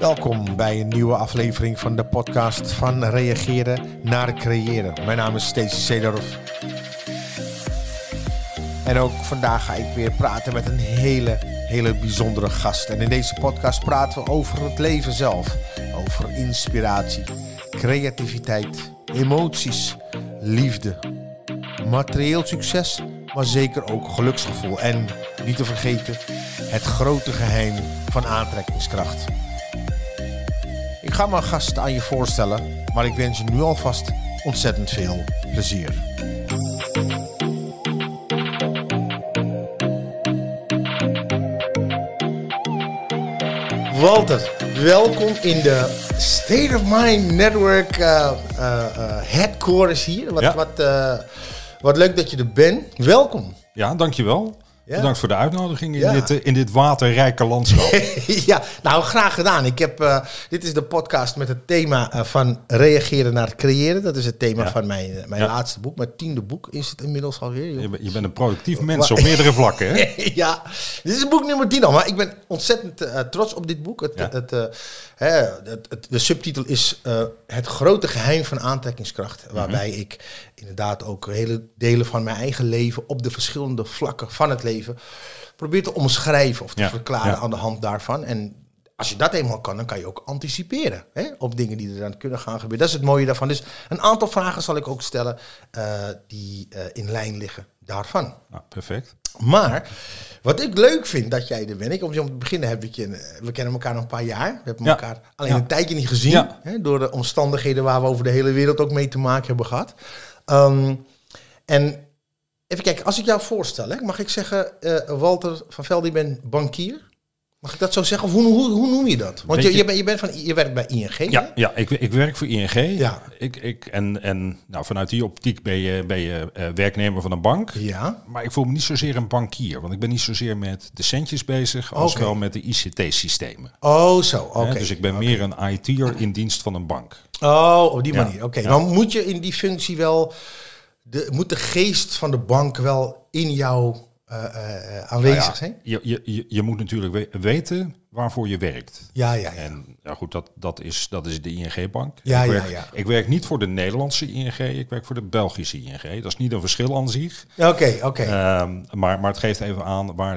Welkom bij een nieuwe aflevering van de podcast van Reageren naar Creëren. Mijn naam is Stacey Seedorf. En ook vandaag ga ik weer praten met een hele bijzondere gast. En in deze podcast praten we over het leven zelf. Over inspiratie, creativiteit, emoties, liefde, materieel succes, maar zeker ook geluksgevoel. En niet te vergeten, het grote geheim van aantrekkingskracht. Ik ga mijn gast aan je voorstellen, maar ik wens je nu alvast ontzettend veel plezier. Walter, welkom in de State of Mind Network headquarters hier. Wat leuk dat je er bent. Welkom. Ja, dankjewel. Ja. Bedankt voor de uitnodiging in dit waterrijke landschap. Ja, nou graag gedaan. Dit is de podcast met het thema van Reageren naar Creëren. Dat is het thema van mijn laatste boek. Mijn 10e boek is het inmiddels alweer. Je bent een productief mens op meerdere vlakken, hè? Ja, dit is boek nummer 10 al. Maar ik ben ontzettend trots op dit boek. De subtitel is Het grote geheim van aantrekkingskracht. Waarbij ik inderdaad ook hele delen van mijn eigen leven op de verschillende vlakken van het leven probeer te omschrijven of te verklaren aan de hand daarvan. En als je dat eenmaal kan, dan kan je ook anticiperen op dingen die er dan kunnen gaan gebeuren. Dat is het mooie daarvan. Dus een aantal vragen zal ik ook stellen die in lijn liggen daarvan. Nou, perfect. Maar wat ik leuk vind dat jij er bent. Om te beginnen we kennen elkaar nog een paar jaar. We hebben elkaar alleen een tijdje niet gezien. Ja. Door de omstandigheden waar we over de hele wereld ook mee te maken hebben gehad. En even kijken, als ik jou voorstel, mag ik zeggen, Walter van Velde, je bent bankier? Mag ik dat zo zeggen? Of hoe noem je dat? Want je werkt bij ING. Ja, ik werk voor ING. Ja. Nou, vanuit die optiek ben je werknemer van een bank. Ja. Maar ik voel me niet zozeer een bankier. Want ik ben niet zozeer met de centjes bezig als wel met de ICT-systemen. Oh, zo. Oké. Dus ik ben meer een IT'er in dienst van een bank. Oh, op die manier. Oké. Dan moet je in die functie wel... moet de geest van de bank wel in jou aanwezig zijn? Je moet natuurlijk weten waarvoor je werkt. Ja. En goed, dat is de ING-bank. Ik werk niet voor de Nederlandse ING, ik werk voor de Belgische ING. Dat is niet een verschil aan zich. Oké. Maar het geeft even aan waar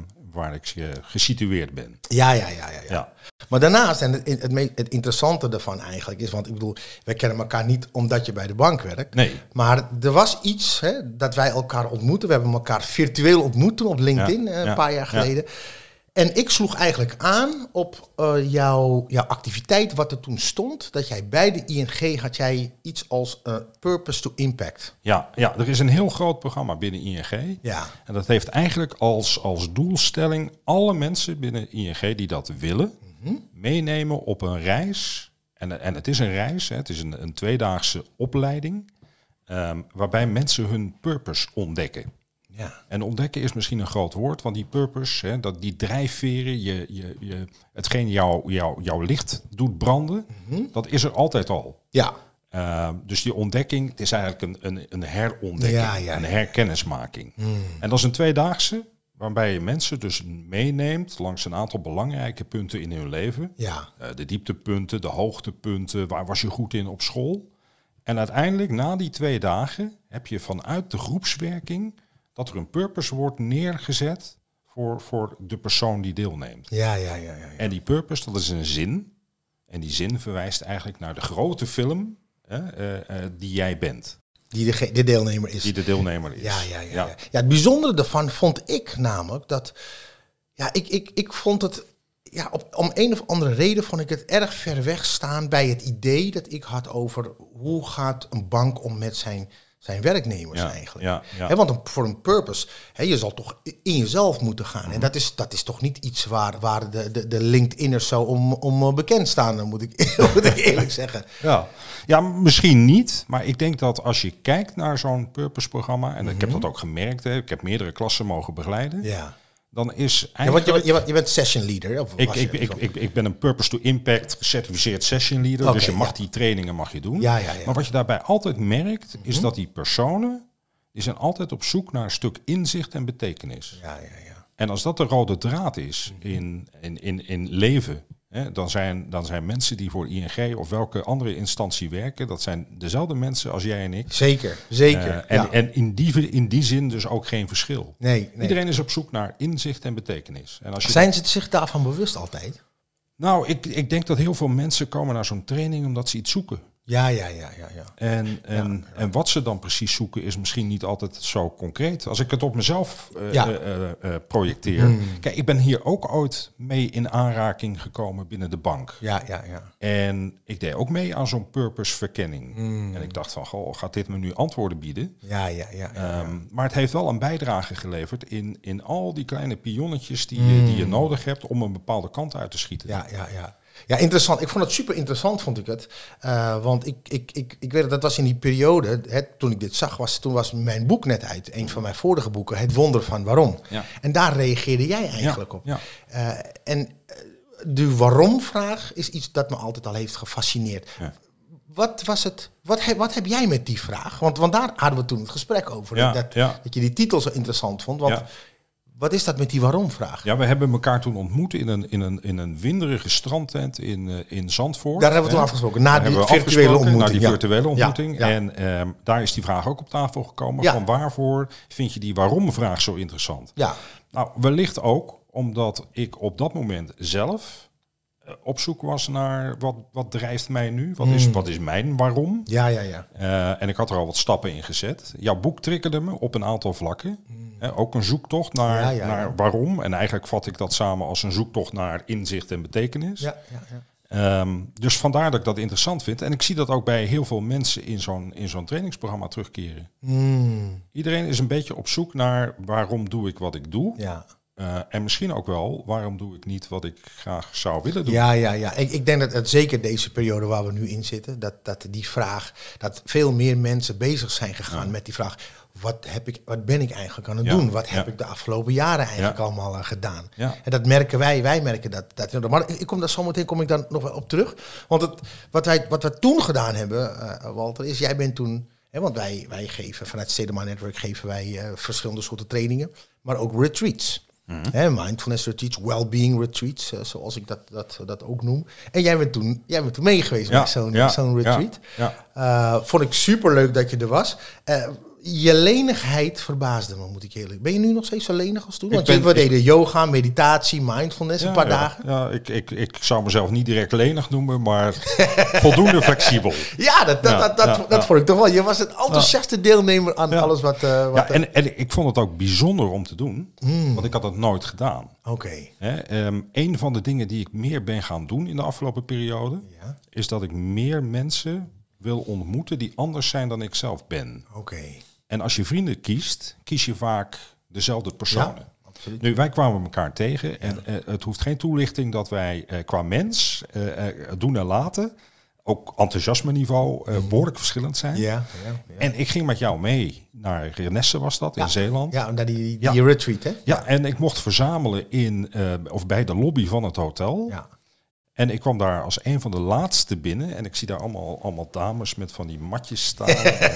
ik gesitueerd ben. Ja. Maar daarnaast, en het interessante ervan eigenlijk is, want ik bedoel, wij kennen elkaar niet omdat je bij de bank werkt. Nee. Maar er was iets dat wij elkaar ontmoeten. We hebben elkaar virtueel ontmoet toen op LinkedIn een paar jaar geleden. En ik sloeg eigenlijk aan op jouw activiteit, wat er toen stond. Dat jij bij de ING had jij iets als Purpose to Impact. Ja, er is een heel groot programma binnen ING. Ja. En dat heeft eigenlijk als doelstelling alle mensen binnen ING die dat willen, meenemen op een reis. En het is een reis, het is een 2-daagse opleiding, waarbij mensen hun purpose ontdekken. Ja. En ontdekken is misschien een groot woord, want die purpose, die drijfveren, hetgeen jouw licht doet branden, dat is er altijd al. Ja. Dus die ontdekking, het is eigenlijk een herontdekking, een herkennismaking. En dat is een 2-daagse, waarbij je mensen dus meeneemt langs een aantal belangrijke punten in hun leven. Ja. De dieptepunten, de hoogtepunten, waar was je goed in op school? En uiteindelijk, na die 2 dagen, heb je vanuit de groepswerking dat er een purpose wordt neergezet voor de persoon die deelneemt. Ja. En die purpose, dat is een zin. En die zin verwijst eigenlijk naar de grote film die jij bent. Die de deelnemer is. Die de deelnemer is. Ja, het bijzondere daarvan vond ik namelijk dat... Ja, ik vond het... Ja, om een of andere reden vond ik het erg ver weg staan bij het idee dat ik had over hoe gaat een bank om met zijn werknemers eigenlijk. Ja. Want voor een purpose, je zal toch in jezelf moeten gaan. En dat is toch niet iets waar de LinkedIn'ers zo om bekend staan, moet ik eerlijk zeggen. Ja, misschien niet. Maar ik denk dat als je kijkt naar zo'n purpose-programma, en ik heb dat ook gemerkt, ik heb meerdere klassen mogen begeleiden. Ja. Dan is eigenlijk... je bent session leader. Of ik ben een Purpose to Impact gecertificeerd session leader. Okay, dus je mag die trainingen doen. Ja. Maar wat je daarbij altijd merkt, is dat die personen, die zijn altijd op zoek naar een stuk inzicht en betekenis. Ja. En als dat de rode draad is in leven Dan zijn mensen die voor ING of welke andere instantie werken, dat zijn dezelfde mensen als jij en ik. Zeker. En in die zin dus ook geen verschil. Nee. Iedereen is op zoek naar inzicht en betekenis. En als je zijn ze zich daarvan bewust altijd? Nou, ik denk dat heel veel mensen komen naar zo'n training omdat ze iets zoeken. Ja. En wat ze dan precies zoeken is misschien niet altijd zo concreet. Als ik het op mezelf projecteer. Kijk, ik ben hier ook ooit mee in aanraking gekomen binnen de bank. Ja. En ik deed ook mee aan zo'n purpose-verkenning. En ik dacht van, gaat dit me nu antwoorden bieden? Ja. Maar het heeft wel een bijdrage geleverd in al die kleine pionnetjes die je nodig hebt om een bepaalde kant uit te schieten. Ja. Ja, interessant. Ik vond het super interessant, vond ik het. Want ik weet dat was in die periode, toen ik dit zag, toen was mijn boek net uit. Een van mijn vorige boeken, Het Wonder van Waarom. Ja. En daar reageerde jij eigenlijk op. Ja. En de waarom-vraag is iets dat me altijd al heeft gefascineerd. Ja. Wat was het? Wat heb jij met die vraag? Want daar hadden we toen het gesprek over. Dat je die titel zo interessant vond. Want wat is dat met die waarom-vraag? Ja, we hebben elkaar toen ontmoet in een winderige strandtent in Zandvoort. Daar hebben we toen afgesproken, na die virtuele ontmoeting. Ja. En daar is die vraag ook op tafel gekomen. Van waarvoor vind je die waarom-vraag zo interessant? Ja. Nou, wellicht ook omdat ik op dat moment zelf op zoek was naar wat drijft mij nu? Wat is mijn waarom? Ja. En ik had er al wat stappen in gezet. Jouw boek triggerde me op een aantal vlakken. Ook een zoektocht naar waarom. En eigenlijk vat ik dat samen als een zoektocht naar inzicht en betekenis. Ja. Dus vandaar dat ik dat interessant vind. En ik zie dat ook bij heel veel mensen in zo'n trainingsprogramma terugkeren. Iedereen is een beetje op zoek naar waarom doe ik wat ik doe. Ja. En misschien ook wel, waarom doe ik niet wat ik graag zou willen doen? Ja. Ik denk dat zeker deze periode waar we nu in zitten, dat die vraag, dat veel meer mensen bezig zijn gegaan met die vraag. Wat ben ik eigenlijk aan het doen? Wat heb ik de afgelopen jaren eigenlijk allemaal gedaan? Ja. En dat merken wij merken dat. Maar kom ik dan nog wel op terug. Want wat we toen gedaan hebben, Walter, is jij bent toen, want wij geven vanuit Stedema Network geven wij verschillende soorten trainingen, maar ook retreats. Mindfulness retreats, well-being retreats, zoals ik dat ook noem. En jij bent toen mee geweest bij zo'n retreat. Ja. Vond ik superleuk dat je er was. Je lenigheid verbaasde me, moet ik eerlijk. Ben je nu nog steeds zo lenig als toen? Want we deden yoga, meditatie, mindfulness, een paar dagen. Ja, ik zou mezelf niet direct lenig noemen, maar voldoende flexibel. Ja, dat vond ik toch wel. Je was een enthousiaste deelnemer aan alles wat... En ik vond het ook bijzonder om te doen, want ik had het nooit gedaan. Oké. Een van de dingen die ik meer ben gaan doen in de afgelopen periode, is dat ik meer mensen wil ontmoeten die anders zijn dan ik zelf ben. Oké. En als je vrienden kies je vaak dezelfde personen. Ja, absoluut. Nu, wij kwamen elkaar tegen en het hoeft geen toelichting dat wij qua mens, doen en laten, ook enthousiasme niveau behoorlijk verschillend zijn. Ja. En ik ging met jou mee naar Renesse, was dat, in Zeeland. Ja, naar die retreat, hè? Ja, en ik mocht verzamelen bij de lobby van het hotel. Ja. En ik kwam daar als een van de laatste binnen. En ik zie daar allemaal dames met van die matjes staan.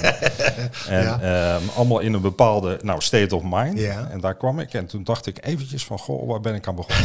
Allemaal in een bepaalde state of mind. Ja. En daar kwam ik. En toen dacht ik eventjes van, waar ben ik aan begonnen?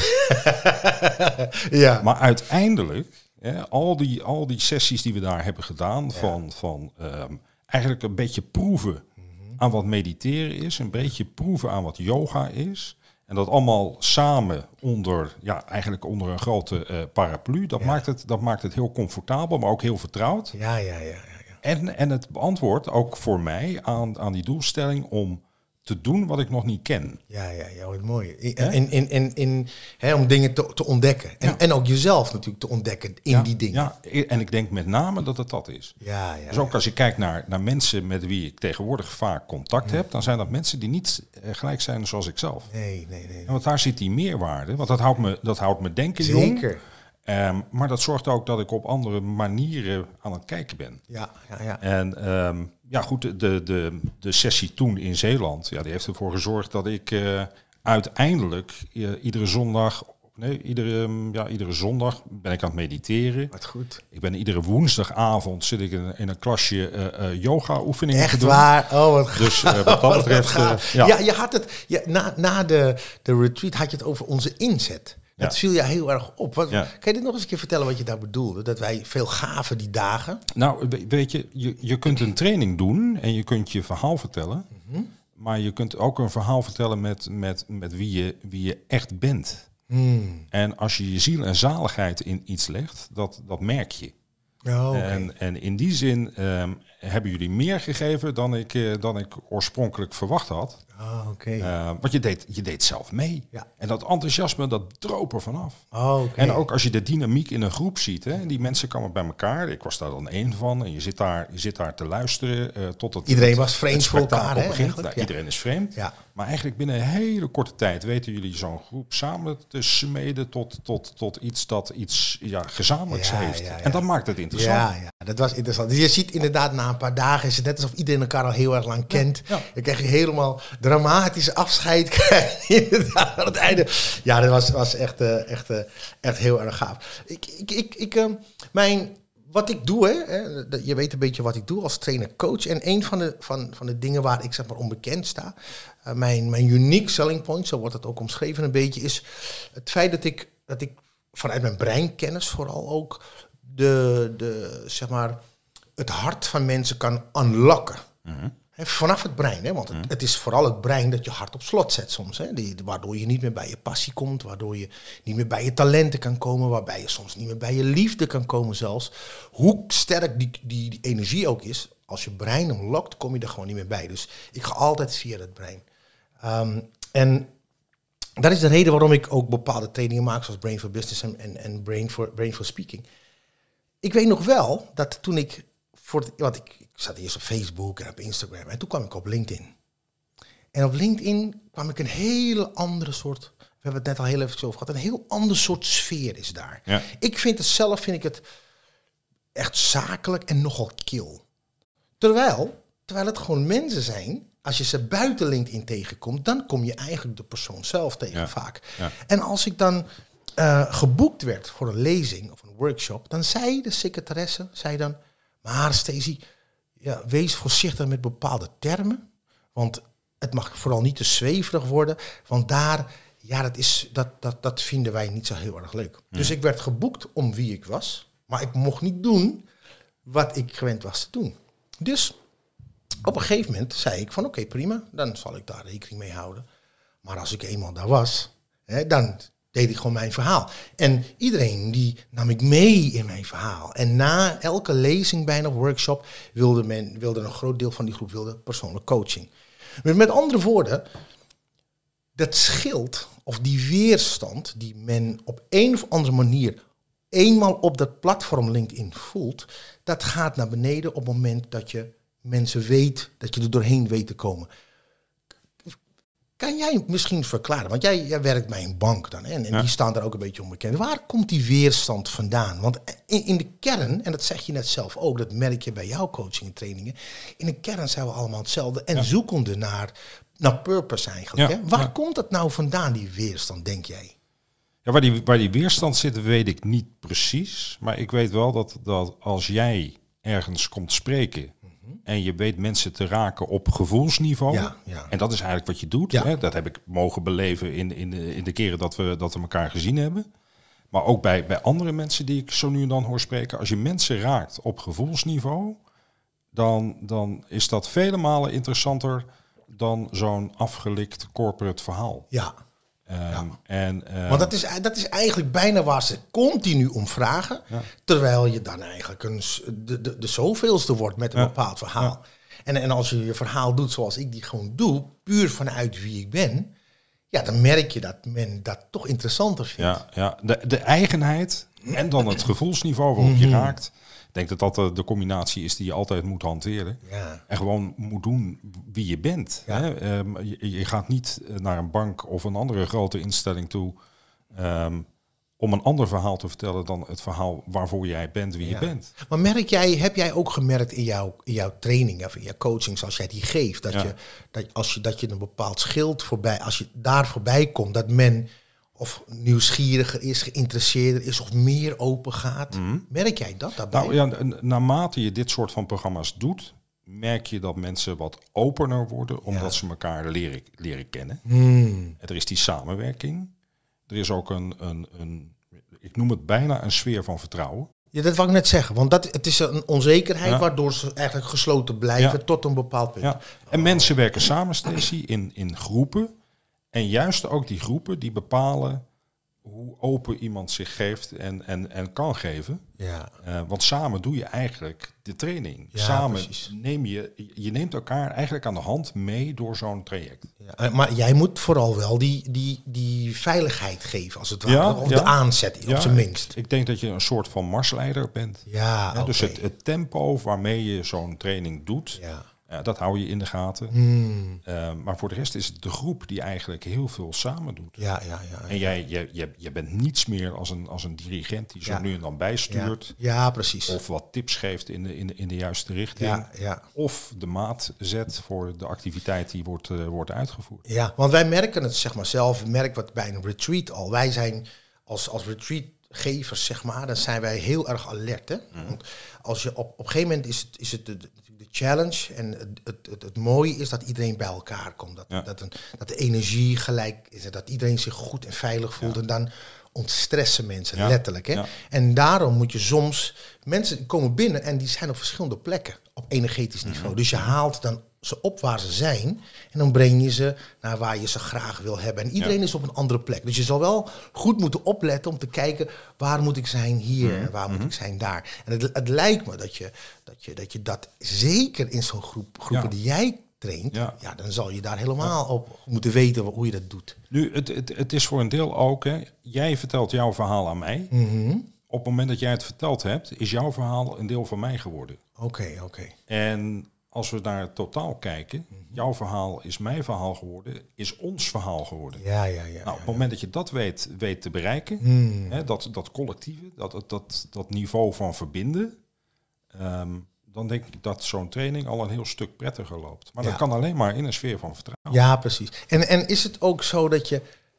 Maar uiteindelijk, al die sessies die we daar hebben gedaan, van eigenlijk een beetje proeven aan wat mediteren is. Een beetje proeven aan wat yoga is. En dat allemaal samen onder een grote paraplu. Dat maakt het heel comfortabel, maar ook heel vertrouwd. Ja. En het beantwoordt ook voor mij aan die doelstelling om te doen wat ik nog niet ken. Ja, wat mooi. Om dingen te ontdekken. En ook jezelf natuurlijk te ontdekken in die dingen. Ja, en ik denk met name dat is. Ja. Dus ook als je kijkt naar mensen met wie ik tegenwoordig vaak contact heb, dan zijn dat mensen die niet gelijk zijn zoals ik zelf. Nee. Want daar zit die meerwaarde. Want dat houdt me denken jong. Zeker. Maar dat zorgt ook dat ik op andere manieren aan het kijken ben. Ja. En goed, de sessie toen in Zeeland, die heeft ervoor gezorgd dat ik uiteindelijk iedere zondag ben ik aan het mediteren. Wat goed. Ik ben iedere woensdagavond zit ik in een klasje yoga oefeningen te doen. Echt waar? Oh, wat gaaf. Dus wat dat betreft... je had het... na de retreat had je het over onze inzet. Dat viel je heel erg op. Kan Ja. je dit nog eens een keer vertellen wat je daar bedoelde? Dat wij veel gaven die dagen. Nou, weet je kunt een training doen en je kunt je verhaal vertellen. Maar je kunt ook een verhaal vertellen met wie je echt bent. En als je je ziel en zaligheid in iets legt, dat merk je. Oh, okay. En in die zin hebben jullie meer gegeven dan ik oorspronkelijk verwacht had. Oh, okay. Want je deed zelf mee. Ja. En dat enthousiasme, dat droop er vanaf. Oh, okay. En ook als je de dynamiek in een groep ziet, hè, die mensen komen bij elkaar. Ik was daar dan één van. En je zit daar te luisteren tot het Iedereen was vreemd het voor elkaar, spektakel hè, begint. eigenlijk? Nou, Ja. Iedereen is vreemd. Ja. Maar eigenlijk binnen een hele korte tijd weten jullie zo'n groep samen te smeden tot iets dat iets gezamenlijks heeft. Ja. En dat maakt het interessant. Ja, dat was interessant. Dus je ziet inderdaad na een paar dagen is het net alsof iedereen elkaar al heel erg lang kent. Ja. Dan krijg je helemaal dramatische afscheid krijg je inderdaad aan het einde. Ja, dat was echt heel erg gaaf. Wat ik doe, hè, je weet een beetje wat ik doe als trainer-coach. En een van de dingen waar ik zeg maar onbekend sta, mijn unique selling point, zo wordt het ook omschreven een beetje, is het feit dat ik vanuit mijn breinkennis vooral ook zeg maar, het hart van mensen kan unlocken. Vanaf het brein, hè? Want het is vooral het brein dat je hart op slot zet soms. Hè? Waardoor je niet meer bij je passie komt, waardoor je niet meer bij je talenten kan komen, waarbij je soms niet meer bij je liefde kan komen zelfs. Hoe sterk die energie ook is, als je brein hem lokt, kom je er gewoon niet meer bij. Dus ik ga altijd via het brein. En dat is de reden waarom ik ook bepaalde trainingen maak, zoals Brain for Business en Brain for Speaking. Ik weet nog wel dat toen ik want ik zat eerst op Facebook en op Instagram en toen kwam ik op LinkedIn. En op LinkedIn kwam ik een hele andere soort, we hebben het net al heel even over gehad, een heel ander soort sfeer is daar. Ja. Ik vind het echt zakelijk en nogal kil. Terwijl het gewoon mensen zijn, als je ze buiten LinkedIn tegenkomt, dan kom je eigenlijk de persoon zelf tegen vaak. Ja. En als ik dan geboekt werd voor een lezing of een workshop, dan zei de secretaresse, maar Stacey, wees voorzichtig met bepaalde termen. Want het mag vooral niet te zweverig worden. Want dat vinden wij niet zo heel erg leuk. Ja. Dus ik werd geboekt om wie ik was. Maar ik mocht niet doen wat ik gewend was te doen. Dus op een gegeven moment zei ik van oké, prima. Dan zal ik daar rekening mee houden. Maar als ik eenmaal daar was, dan deed ik gewoon mijn verhaal. En iedereen die nam ik mee in mijn verhaal. En na elke lezing bijna workshop wilde een groot deel van die groep persoonlijke coaching. Met andere woorden, dat schild of die weerstand die men op een of andere manier eenmaal op dat platform LinkedIn voelt, dat gaat naar beneden op het moment dat je mensen weet, dat je er doorheen weet te komen. Kan jij misschien verklaren, want jij werkt bij een bank dan, hè, en die staan daar ook een beetje onbekend. Waar komt die weerstand vandaan? Want in de kern, en dat zeg je net zelf ook, dat merk je bij jouw coaching en trainingen, in de kern zijn we allemaal hetzelfde en zoekende naar purpose eigenlijk. Hè? Waar komt dat nou vandaan, die weerstand, denk jij? Ja, waar die weerstand zit, weet ik niet precies. Maar ik weet wel dat als jij ergens komt spreken en je weet mensen te raken op gevoelsniveau. En dat is eigenlijk wat je doet. Ja. Hè? Dat heb ik mogen beleven in de keren dat we elkaar gezien hebben. Maar ook bij andere mensen die ik zo nu en dan hoor spreken. Als je mensen raakt op gevoelsniveau, dan is dat vele malen interessanter dan zo'n afgelikt corporate verhaal. Ja. Want dat is eigenlijk bijna waar ze continu om vragen. Ja. Terwijl je dan eigenlijk de zoveelste wordt met een bepaald verhaal. Ja. En als je je verhaal doet zoals ik die gewoon doe, puur vanuit wie ik ben, dan merk je dat men dat toch interessanter vindt. Ja. De eigenheid en dan het gevoelsniveau waarop je raakt. Ik denk dat de combinatie is die je altijd moet hanteren. Ja. En gewoon moet doen wie je bent. Ja. Hè? Je gaat niet naar een bank of een andere grote instelling toe om een ander verhaal te vertellen dan het verhaal waarvoor jij bent wie je bent. Maar heb jij ook gemerkt in jouw training of in jouw coaching, zoals jij die geeft, dat je een bepaald schild voorbij, als je daar voorbij komt, dat men of nieuwsgieriger is, geïnteresseerder is of meer open gaat. Merk jij dat daarbij? Nou ja, naarmate je dit soort van programma's doet, merk je dat mensen wat opener worden, omdat ze elkaar leren kennen. Er is die samenwerking. Er is ook ik noem het bijna een sfeer van vertrouwen. Ja, dat wou ik net zeggen. Want het is een onzekerheid waardoor ze eigenlijk gesloten blijven tot een bepaald punt. Ja. En mensen werken samen, Stacey, in groepen. En juist ook die groepen die bepalen hoe open iemand zich geeft en kan geven. Ja. Want samen doe je eigenlijk de training. Ja, samen precies. neemt elkaar eigenlijk aan de hand mee door zo'n traject. Ja, maar jij moet vooral wel die veiligheid geven, als het ware. Of de aanzet, op zijn minst. Ik denk dat je een soort van marsleider bent. Ja, okay. Dus het tempo waarmee je zo'n training doet, dat hou je in de gaten. Maar voor de rest is het de groep die eigenlijk heel veel samen doet. Ja. En jij bent niets meer als een dirigent die zo nu en dan bijstuurt. Ja, precies. Of wat tips geeft in de juiste richting. Ja. Of de maat zet voor de activiteit die wordt uitgevoerd. Ja, want wij merken het zeg maar zelf. We merken wat bij een retreat al. Wij zijn als retreatgevers, zeg maar, dan zijn wij heel erg alert. Hè? Want als je op een gegeven moment is het de challenge en het mooie is dat iedereen bij elkaar komt. Dat de energie gelijk is en dat iedereen zich goed en veilig voelt. En dan ontstressen mensen, letterlijk. Hè? Ja. En daarom moet je soms... Mensen komen binnen en die zijn op verschillende plekken op energetisch niveau. Dus je haalt dan ze op waar ze zijn en dan breng je ze naar waar je ze graag wil hebben. En iedereen is op een andere plek. Dus je zal wel goed moeten opletten om te kijken, waar moet ik zijn hier en waar moet ik zijn daar. En het lijkt me dat je dat zeker in zo'n groepen die jij traint, dan zal je daar helemaal op moeten weten hoe je dat doet. Nu, het is voor een deel ook, hè, jij vertelt jouw verhaal aan mij. Op het moment dat jij het verteld hebt, is jouw verhaal een deel van mij geworden. Oké. En als we naar het totaal kijken, jouw verhaal is mijn verhaal geworden, is ons verhaal geworden. Ja. Nou, op het moment dat je dat weet te bereiken, hè, dat collectieve, dat niveau van verbinden, dan denk ik dat zo'n training al een heel stuk prettiger loopt. Maar dat kan alleen maar in een sfeer van vertrouwen. Ja, precies. En is het ook zo dat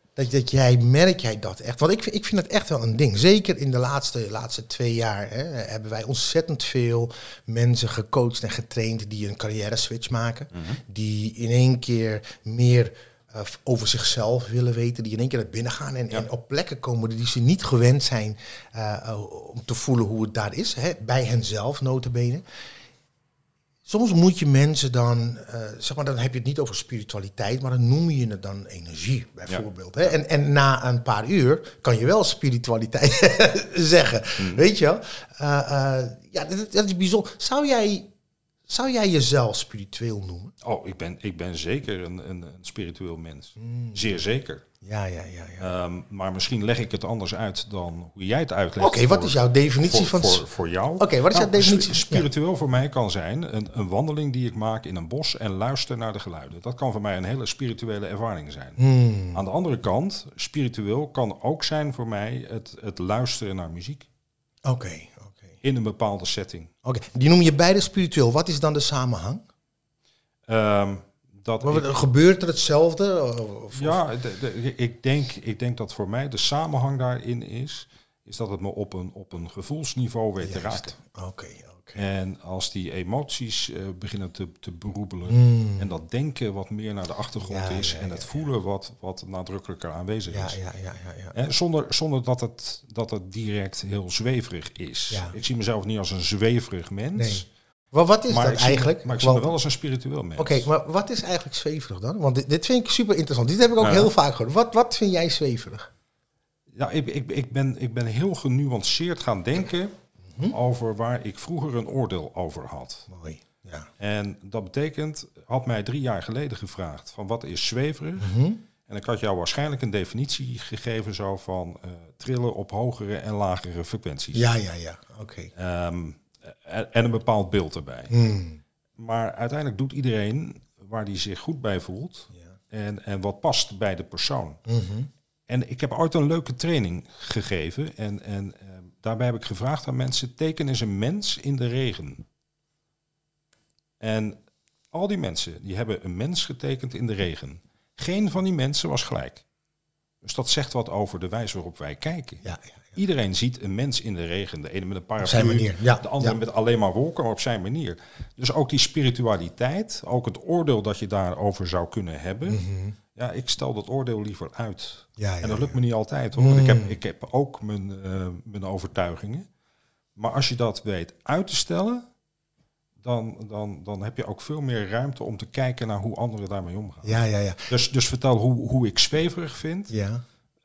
merk jij dat echt? Want ik vind het echt wel een ding. Zeker in de laatste 2 jaar hebben wij ontzettend veel mensen gecoacht en getraind die een carrière switch maken. Die in één keer meer over zichzelf willen weten. Die in één keer naar binnen gaan en op plekken komen die ze niet gewend zijn om te voelen hoe het daar is. Bij henzelf, nota bene. Soms moet je mensen dan, dan heb je het niet over spiritualiteit, maar dan noem je het dan energie, bijvoorbeeld. Ja. Hè? En na een paar uur kan je wel spiritualiteit zeggen, weet je wel. Dat is bijzonder. Zou jij jezelf spiritueel noemen? Oh, ik ben zeker een spiritueel mens. Zeer zeker. Ja. Maar misschien leg ik het anders uit dan hoe jij het uitlegt. Oké, wat is jouw definitie voor jou? Oké, wat is jouw definitie? Spiritueel voor mij kan zijn een wandeling die ik maak in een bos en luister naar de geluiden. Dat kan voor mij een hele spirituele ervaring zijn. Aan de andere kant, spiritueel kan ook zijn voor mij het luisteren naar muziek. Oké. In een bepaalde setting. Oké, die noem je beide spiritueel. Wat is dan de samenhang? Gebeurt er hetzelfde? Ik denk dat voor mij de samenhang daarin is dat het me op een gevoelsniveau weet te raken. Oké. En als die emoties beginnen te beroebelen en dat denken wat meer naar de achtergrond is en het voelen wat nadrukkelijker aanwezig is. En zonder dat het direct heel zweverig is. Ja. Ik zie mezelf niet als een zweverig mens. Nee. Maar wat is dat eigenlijk? Maar ik zie me wel als een spiritueel mens. Oké, maar wat is eigenlijk zweverig dan? Want dit vind ik super interessant. Dit heb ik ook heel vaak gehoord. Wat vind jij zweverig? Ja, ik ben heel genuanceerd gaan denken over waar ik vroeger een oordeel over had. Mooi, ja. En dat betekent, had mij 3 jaar geleden gevraagd van wat is zweverig? En ik had jou waarschijnlijk een definitie gegeven zo van trillen op hogere en lagere frequenties. Ja, oké. En een bepaald beeld erbij. Maar uiteindelijk doet iedereen waar die zich goed bij voelt en wat past bij de persoon. En ik heb ooit een leuke training gegeven en daarbij heb ik gevraagd aan mensen, teken eens een mens in de regen. En al die mensen, die hebben een mens getekend in de regen. Geen van die mensen was gelijk. Dus dat zegt wat over de wijze waarop wij kijken. Iedereen ziet een mens in de regen. De ene met een paraplu, Op zijn manier, ja. de andere Ja. met alleen maar wolken, maar op zijn manier. Dus ook die spiritualiteit, ook het oordeel dat je daarover zou kunnen hebben. Ja, ik stel dat oordeel liever uit. Ja, En dat lukt me niet altijd, hoor. Want ik heb ook mijn overtuigingen. Maar als je dat weet uit te stellen, dan heb je ook veel meer ruimte om te kijken naar hoe anderen daarmee omgaan. Ja. Dus vertel hoe ik zweverig vind. Ja.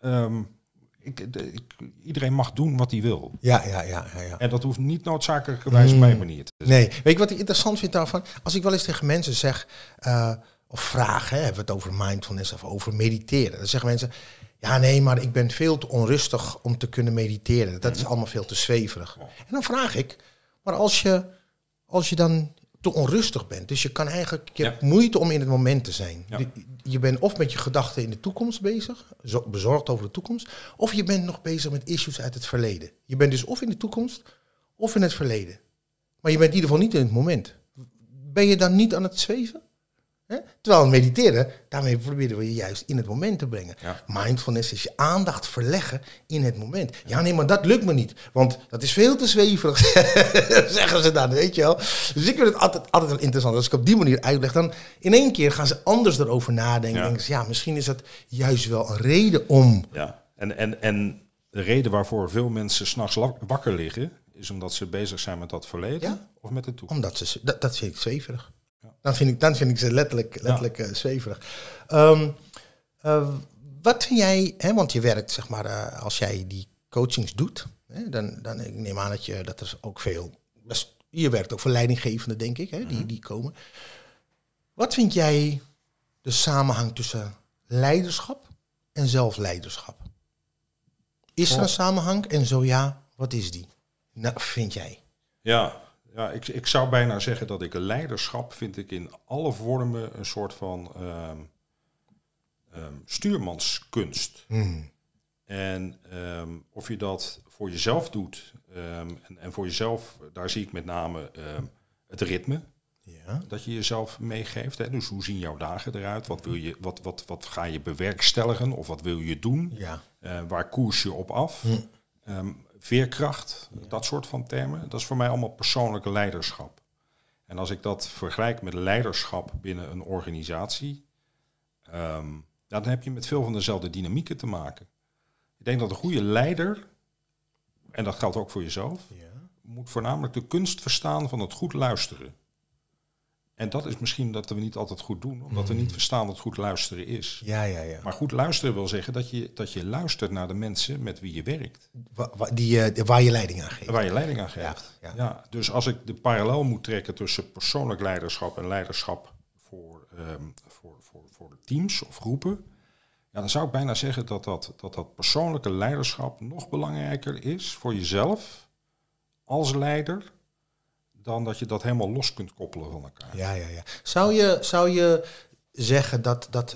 Iedereen mag doen wat hij wil. Ja. En dat hoeft niet noodzakelijkerwijs mijn manier te zijn. Nee, weet je wat ik interessant vind daarvan? Als ik wel eens tegen mensen zeg, of vraag, hebben we het over mindfulness of over mediteren. Dan zeggen mensen, ja nee, maar ik ben veel te onrustig om te kunnen mediteren. Dat is allemaal veel te zweverig. En dan vraag ik, maar als je dan te onrustig bent, dus je kan eigenlijk, je hebt moeite om in het moment te zijn. Ja. Je bent of met je gedachten in de toekomst bezig, bezorgd over de toekomst, of je bent nog bezig met issues uit het verleden. Je bent dus of in de toekomst, of in het verleden. Maar je bent in ieder geval niet in het moment. Ben je dan niet aan het zweven? Hè? Terwijl mediteren, daarmee proberen we je juist in het moment te brengen. Ja. Mindfulness is je aandacht verleggen in het moment. Ja, nee, maar dat lukt me niet. Want dat is veel te zweverig, zeggen ze dan, weet je wel. Dus ik vind het altijd wel interessant. Als ik op die manier uitleg, dan in één keer gaan ze anders erover nadenken. Ja. Denken ze, ja, misschien is dat juist wel een reden om... Ja. En de reden waarvoor veel mensen 's nachts wakker liggen, is omdat ze bezig zijn met dat verleden of met de toekomst. Omdat ze, dat vind ik zweverig. Ja. Dan vind ik ze letterlijk zweverig. Wat vind jij, hè, want je werkt, zeg maar, als jij die coachings doet, hè, dan ik neem aan dat er ook veel, je werkt ook voor leidinggevenden, denk ik, hè, die komen. Wat vind jij de samenhang tussen leiderschap en zelfleiderschap? Is er een samenhang? En zo ja, wat is die? Nou, vind jij? Ja, ik zou bijna zeggen dat ik leiderschap vind ik in alle vormen een soort van stuurmanskunst. En of je dat voor jezelf doet en voor jezelf, daar zie ik met name het ritme. Ja. Dat je jezelf meegeeft. Hè? Dus hoe zien jouw dagen eruit? Wat wil je, wat ga je bewerkstelligen of wat wil je doen? Ja. Waar koers je op af? Veerkracht, dat soort van termen. Dat is voor mij allemaal persoonlijke leiderschap. En als ik dat vergelijk met leiderschap binnen een organisatie, dan heb je met veel van dezelfde dynamieken te maken. Ik denk dat een goede leider, en dat geldt ook voor jezelf, moet voornamelijk de kunst verstaan van het goed luisteren. En dat is misschien dat we niet altijd goed doen, omdat we niet verstaan wat goed luisteren is. Ja. Maar goed luisteren wil zeggen dat je luistert naar de mensen met wie je werkt. Waar je leiding aan geeft. Waar je leiding aan geeft. Ja, dus als ik de parallel moet trekken tussen persoonlijk leiderschap en leiderschap voor teams of groepen, ja, dan zou ik bijna zeggen dat persoonlijke leiderschap nog belangrijker is voor jezelf als leider, dan dat je dat helemaal los kunt koppelen van elkaar. Ja. Zou je zeggen dat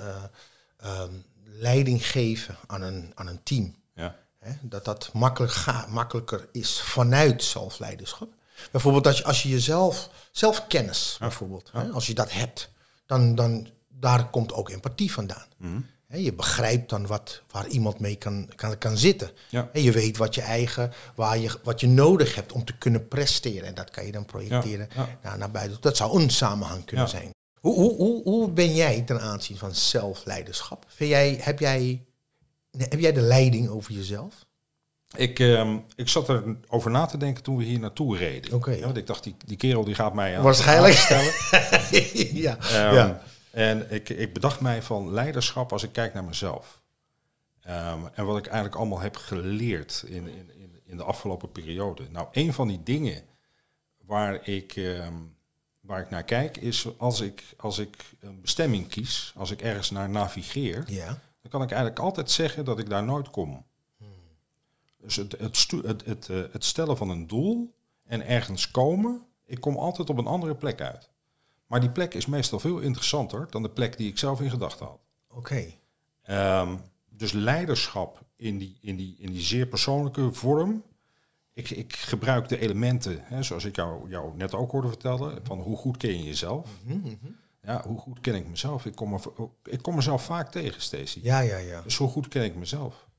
leiding geven aan een team, hè, dat makkelijker is vanuit zelfleiderschap? Bijvoorbeeld als je jezelf, zelfkennis bijvoorbeeld, hè, als je dat hebt, dan daar komt ook empathie vandaan. Hè, je begrijpt dan waar iemand mee kan zitten. Ja. En je weet wat je nodig hebt om te kunnen presteren. En dat kan je dan projecteren naar buiten. Dat zou een samenhang kunnen zijn. Hoe ben jij ten aanzien van zelfleiderschap? Heb jij de leiding over jezelf? Ik zat erover na te denken toen we hier naartoe reden. Okay. Ja, want ik dacht, die kerel die gaat mij aan waarschijnlijk stellen. ja. En ik bedacht mij van leiderschap als ik kijk naar mezelf. En wat ik eigenlijk allemaal heb geleerd in de afgelopen periode. Nou, een van die dingen waar ik naar kijk is als ik een bestemming kies, als ik ergens naar navigeer, dan kan ik eigenlijk altijd zeggen dat ik daar nooit kom. Dus het stellen van een doel en ergens komen, ik kom altijd op een andere plek uit. Maar die plek is meestal veel interessanter dan de plek die ik zelf in gedachten had. Oké. Dus leiderschap in die zeer persoonlijke vorm. Ik gebruik de elementen, hè, zoals ik jou net ook hoorde vertellen, van hoe goed ken je jezelf. Ja, hoe goed ken ik mezelf? Ik kom mezelf vaak tegen, Stacey. Ja. Dus hoe goed ken ik mezelf?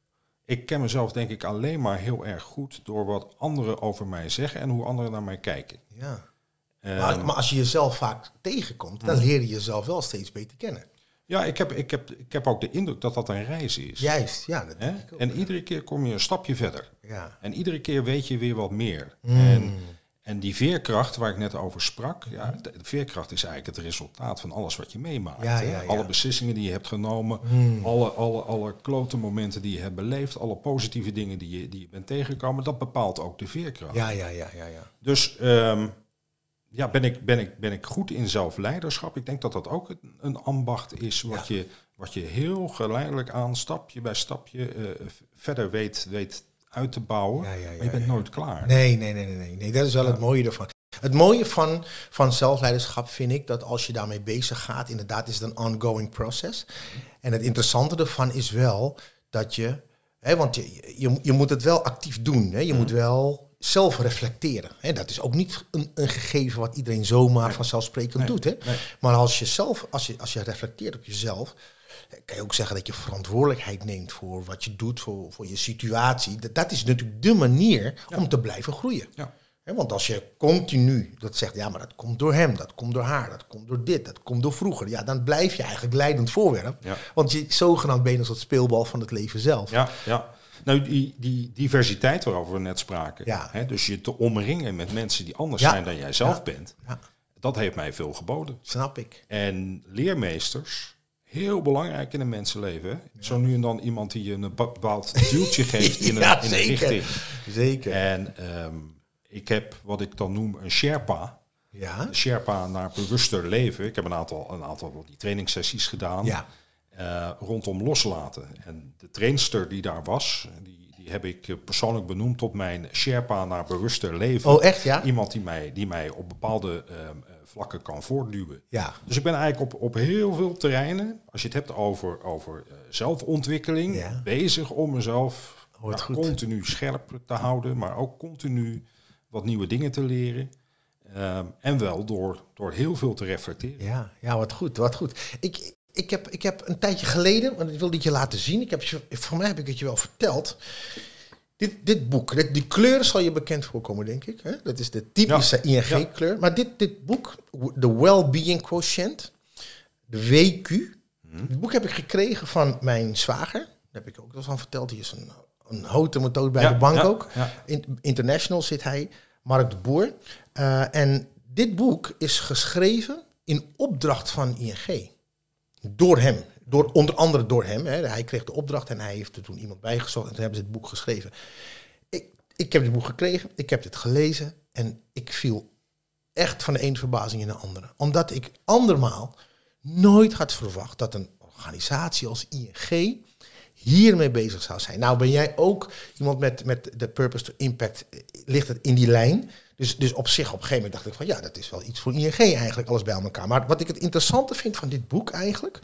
Ik ken mezelf denk ik alleen maar heel erg goed door wat anderen over mij zeggen en hoe anderen naar mij kijken. Ja. Maar als je jezelf vaak tegenkomt, dan leer je jezelf wel steeds beter kennen. Ja, ik heb ook de indruk dat dat een reis is. Juist, ja. Dat denk ik ook, en iedere keer kom je een stapje verder. Ja. En iedere keer weet je weer wat meer. En die veerkracht waar ik net over sprak, de veerkracht is eigenlijk het resultaat van alles wat je meemaakt. Ja. Alle beslissingen die je hebt genomen, alle klote momenten die je hebt beleefd, alle positieve dingen die je bent tegengekomen, dat bepaalt ook de veerkracht. Ja. Dus ben ik goed in zelfleiderschap? Ik denk dat dat ook een ambacht is wat je heel geleidelijk aan, stapje bij stapje, verder weet uit te bouwen. Maar je bent nooit klaar. Nee, dat is wel het mooie ervan. Het mooie van zelfleiderschap vind ik dat als je daarmee bezig gaat, inderdaad is het een ongoing process. En het interessante ervan is wel dat want je moet het wel actief doen. Hè? Je moet wel zelf reflecteren. Hè? Dat is ook niet een gegeven wat iedereen zomaar vanzelfsprekend doet. Hè? Nee. Maar als je reflecteert op jezelf, kan je ook zeggen dat je verantwoordelijkheid neemt voor wat je doet, voor je situatie. Dat is natuurlijk de manier om te blijven groeien. Ja. Want als je continu dat zegt, ja, maar dat komt door hem, dat komt door haar, dat komt door dit, dat komt door vroeger. Ja, dan blijf je eigenlijk leidend voorwerp. Ja. Want je zogenaamd bent als het speelbal van het leven zelf. Ja. Nou, die diversiteit waarover we net spraken. Hè, dus je te omringen met mensen die anders zijn dan jij zelf bent. Ja. Dat heeft mij veel geboden. Snap ik. En leermeesters, heel belangrijk in een mensenleven. Hè? Ja. Zo nu en dan iemand die je een bepaald duwtje geeft in een richting. Zeker. En ik heb wat ik dan noem een Sherpa. Ja. Sherpa naar bewuster leven. Ik heb een aantal van die trainingssessies gedaan. Ja. Rondom loslaten. En de trainster die daar was, die heb ik persoonlijk benoemd tot mijn Sherpa naar bewuster leven. Oh, echt, ja? Iemand die mij op bepaalde vlakken kan voortduwen. Ja. Dus ik ben eigenlijk op heel veel terreinen, als je het hebt over zelfontwikkeling, bezig om mezelf continu scherp te houden, maar ook continu wat nieuwe dingen te leren. En wel door heel veel te reflecteren. Ja, wat goed. Ik heb een tijdje geleden, want ik wilde het je laten zien. Voor mij heb ik het je wel verteld. Dit boek, die kleuren zal je bekend voorkomen, denk ik. Hè? Dat is de typische ING-kleur. Ja. Maar dit boek, The Well-Being Quotient, de WQ. Dit boek heb ik gekregen van mijn zwager. Daar heb ik ook wel van verteld. Hier is een houten methode bij de bank ook. Ja. International zit hij, Mark de Boer. En dit boek is geschreven in opdracht van ING. Door hem. Onder andere door hem. Hè. Hij kreeg de opdracht en hij heeft er toen iemand bijgezocht. En toen hebben ze het boek geschreven. Ik heb dit boek gekregen. Ik heb dit gelezen. En ik viel echt van de ene verbazing in de andere. Omdat ik andermaal nooit had verwacht dat een organisatie als ING hiermee bezig zou zijn. Nou ben jij ook iemand met de purpose to impact. Ligt het in die lijn? Dus op zich, op een gegeven moment dacht ik van ja, dat is wel iets voor ING eigenlijk, alles bij elkaar. Maar wat ik het interessante vind van dit boek eigenlijk,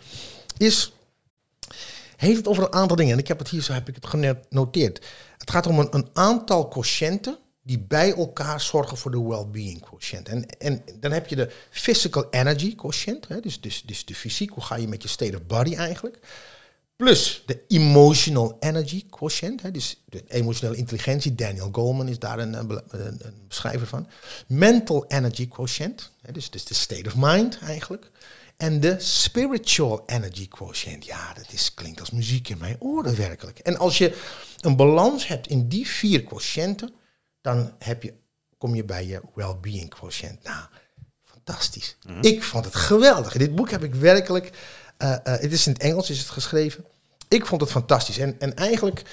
heeft het over een aantal dingen. En ik heb het genoteerd. Het gaat om een aantal quotiënten die bij elkaar zorgen voor de well-being quotient. En dan heb je de physical energy quotient, hè, dus de fysiek, hoe ga je met je state of body eigenlijk. Plus de emotional energy quotient, hè, dus de emotionele intelligentie. Daniel Goleman is daar een beschrijver van. Mental energy quotient, hè, dus de state of mind eigenlijk. En de spiritual energy quotient. Ja, klinkt als muziek in mijn oren werkelijk. En als je een balans hebt in die 4 quotiënten, dan kom je bij je well-being quotient. Nou, fantastisch. Mm-hmm. Ik vond het geweldig. Dit boek heb ik werkelijk... het is in het Engels, is het geschreven. Ik vond het fantastisch. En eigenlijk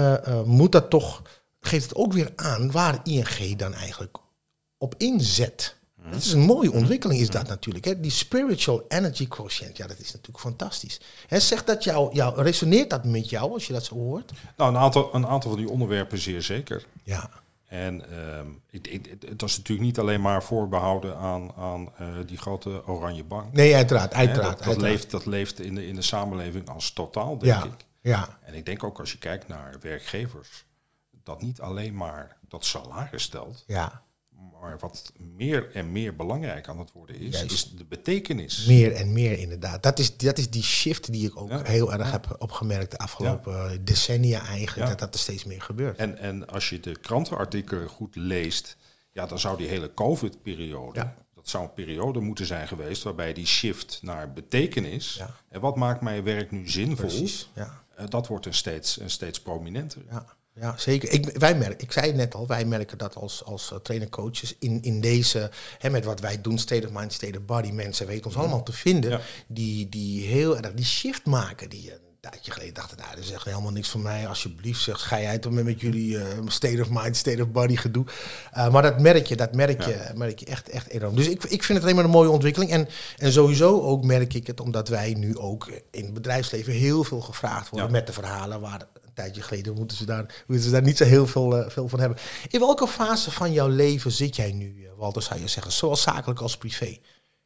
geeft het ook weer aan waar ING dan eigenlijk op inzet. Het is een mooie ontwikkeling, is dat natuurlijk. Hè? Die spiritual energy quotient, ja, dat is natuurlijk fantastisch. En zegt dat resoneert dat met jou als je dat zo hoort? Nou, een aantal van die onderwerpen zeer zeker. Ja. En het was natuurlijk niet alleen maar voorbehouden aan die grote oranje bank. Nee, uiteraard. Dat leeft in de samenleving als totaal, denk ik. Ja. En ik denk ook als je kijkt naar werkgevers, dat niet alleen maar dat salaris stelt, Maar wat meer en meer belangrijk aan het worden is de betekenis. Meer en meer inderdaad. Dat is die shift die ik ook heel erg heb opgemerkt de afgelopen decennia eigenlijk. Dat er steeds meer gebeurt. En als je de krantenartikelen goed leest, dan zou die hele COVID-periode, dat zou een periode moeten zijn geweest waarbij die shift naar betekenis, en wat maakt mijn werk nu zinvol, precies, dat wordt een steeds prominenter. Ja, zeker. Ik zei het net al, wij merken dat als trainer-coaches in deze, met wat wij doen, state of mind, state of body, mensen weten ons allemaal te vinden, die heel erg die shift maken, die een tijdje geleden dachten, dat is echt helemaal niks voor mij, alsjeblieft, zeg, ga jij het met jullie state of mind, state of body gedoe. Maar dat merk je echt enorm. Dus ik vind het alleen maar een mooie ontwikkeling. En sowieso ook merk ik het, omdat wij nu ook in het bedrijfsleven heel veel gevraagd worden met de verhalen waar een tijdje geleden moeten ze daar niet zo heel veel van hebben. In welke fase van jouw leven zit jij nu, Walter, zou je zeggen, zowel zakelijk als privé?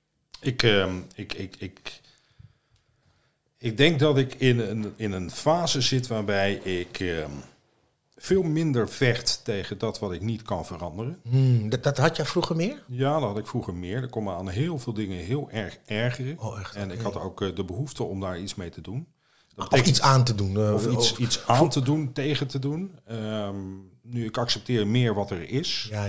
Ik denk dat ik in een fase zit waarbij ik veel minder vecht tegen dat wat ik niet kan veranderen. Dat had jij vroeger meer? Ja, dat had ik vroeger meer. Er kon me aan heel veel dingen heel erg ergeren. Oh, echt? En ik had ook de behoefte om daar iets mee te doen. Of iets aan te doen. Of iets aan te doen, tegen te doen. Nu, ik accepteer meer wat er is. Ja.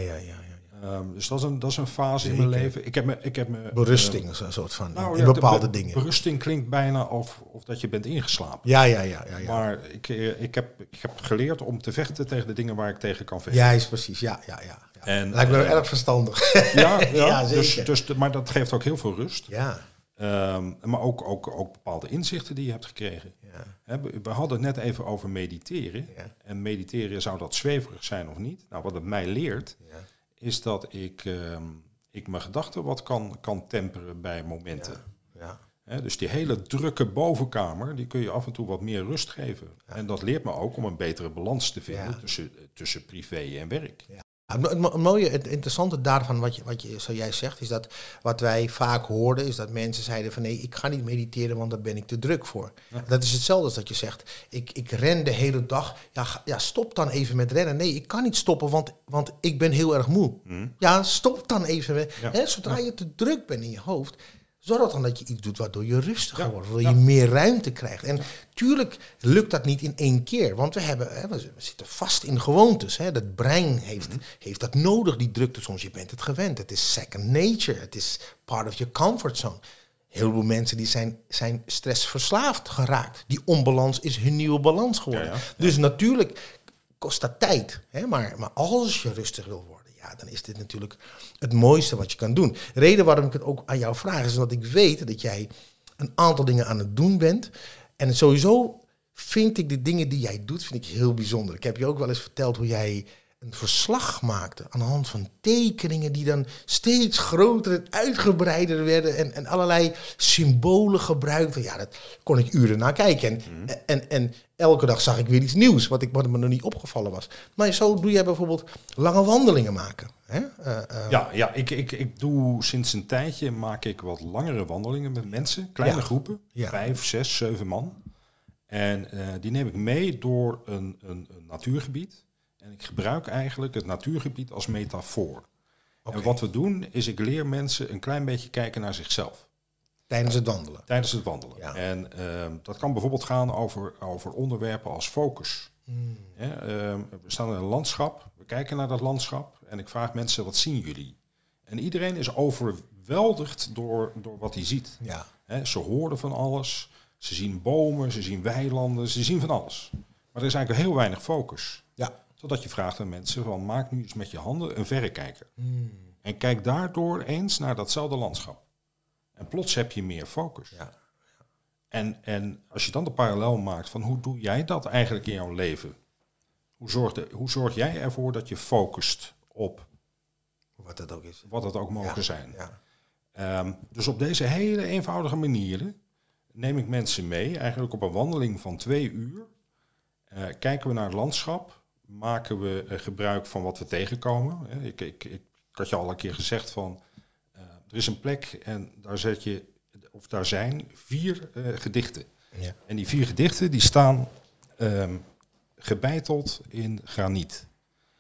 Dus dat is een fase in mijn leven. Ik heb me berusting, een soort van, in bepaalde dingen. Berusting klinkt bijna of dat je bent ingeslapen. Ja. Maar ik heb geleerd om te vechten tegen de dingen waar ik tegen kan vechten. Juist, precies, ja. En, lijkt me erg verstandig. Ja, zeker. Maar dat geeft ook heel veel rust. Ja. Maar ook bepaalde inzichten die je hebt gekregen. Ja. We hadden het net even over mediteren. Ja. En mediteren, zou dat zweverig zijn of niet? Nou, wat het mij leert, is dat ik mijn gedachten wat kan temperen bij momenten. Ja. Dus die hele drukke bovenkamer, die kun je af en toe wat meer rust geven. Ja. En dat leert me ook om een betere balans te vinden tussen privé en werk. Ja. Het mooie, het interessante daarvan, wat je zoals jij zegt, is dat wat wij vaak hoorden, is dat mensen zeiden van nee, ik ga niet mediteren, want daar ben ik te druk voor. Ja. Dat is hetzelfde als dat je zegt, ik ren de hele dag, ja, stop dan even met rennen. Nee, ik kan niet stoppen, want ik ben heel erg moe. Ja, stop dan even. Zodra je te druk bent in je hoofd, zorg dan dat je iets doet waardoor je rustiger wordt, waardoor je meer ruimte krijgt. En tuurlijk lukt dat niet in één keer, want we zitten vast in gewoontes. Dat brein heeft dat nodig, die drukte soms. Je bent het gewend. Het is second nature. Het is part of your comfort zone. Heel veel mensen die zijn stressverslaafd geraakt. Die onbalans is hun nieuwe balans geworden. Ja. Dus natuurlijk kost dat tijd. Maar als je rustig wil worden, dan is dit natuurlijk het mooiste wat je kan doen. De reden waarom ik het ook aan jou vraag is dat ik weet dat jij een aantal dingen aan het doen bent. En sowieso vind ik de dingen die jij doet, vind ik heel bijzonder. Ik heb je ook wel eens verteld hoe jij een verslag maakte aan de hand van tekeningen die dan steeds groter en uitgebreider werden en allerlei symbolen gebruikten. Ja, dat kon ik uren naar kijken. En elke dag zag ik weer iets nieuws, wat me nog niet opgevallen was. Maar zo doe jij bijvoorbeeld lange wandelingen maken. Hè? Ik doe sinds een tijdje, maak ik wat langere wandelingen met mensen. Kleine groepen, 5, 6, 7 man. En die neem ik mee door een natuurgebied. En ik gebruik eigenlijk het natuurgebied als metafoor. Okay. En wat we doen, is ik leer mensen een klein beetje kijken naar zichzelf. Tijdens het wandelen? Tijdens het wandelen. Ja. En dat kan bijvoorbeeld gaan over onderwerpen als focus. We staan in een landschap, we kijken naar dat landschap en ik vraag mensen, wat zien jullie? En iedereen is overweldigd door wat hij ziet. Ja. Ze horen van alles, ze zien bomen, ze zien weilanden, ze zien van alles. Maar er is eigenlijk heel weinig focus. Ja. Totdat je vraagt aan mensen van maak nu eens met je handen een verrekijker. En kijk daardoor eens naar datzelfde landschap. En plots heb je meer focus. Ja. En als je dan de parallel maakt van hoe doe jij dat eigenlijk in jouw leven? Hoe zorg jij ervoor dat je focust op wat het ook is. Wat het ook mogen zijn. Ja. Dus op deze hele eenvoudige manieren neem ik mensen mee, eigenlijk op een wandeling van 2 uur. Kijken we naar het landschap. Maken we gebruik van wat we tegenkomen. Ik had je al een keer gezegd van er is een plek en daar zijn 4 gedichten. Ja. En die 4 gedichten die staan gebeiteld in graniet.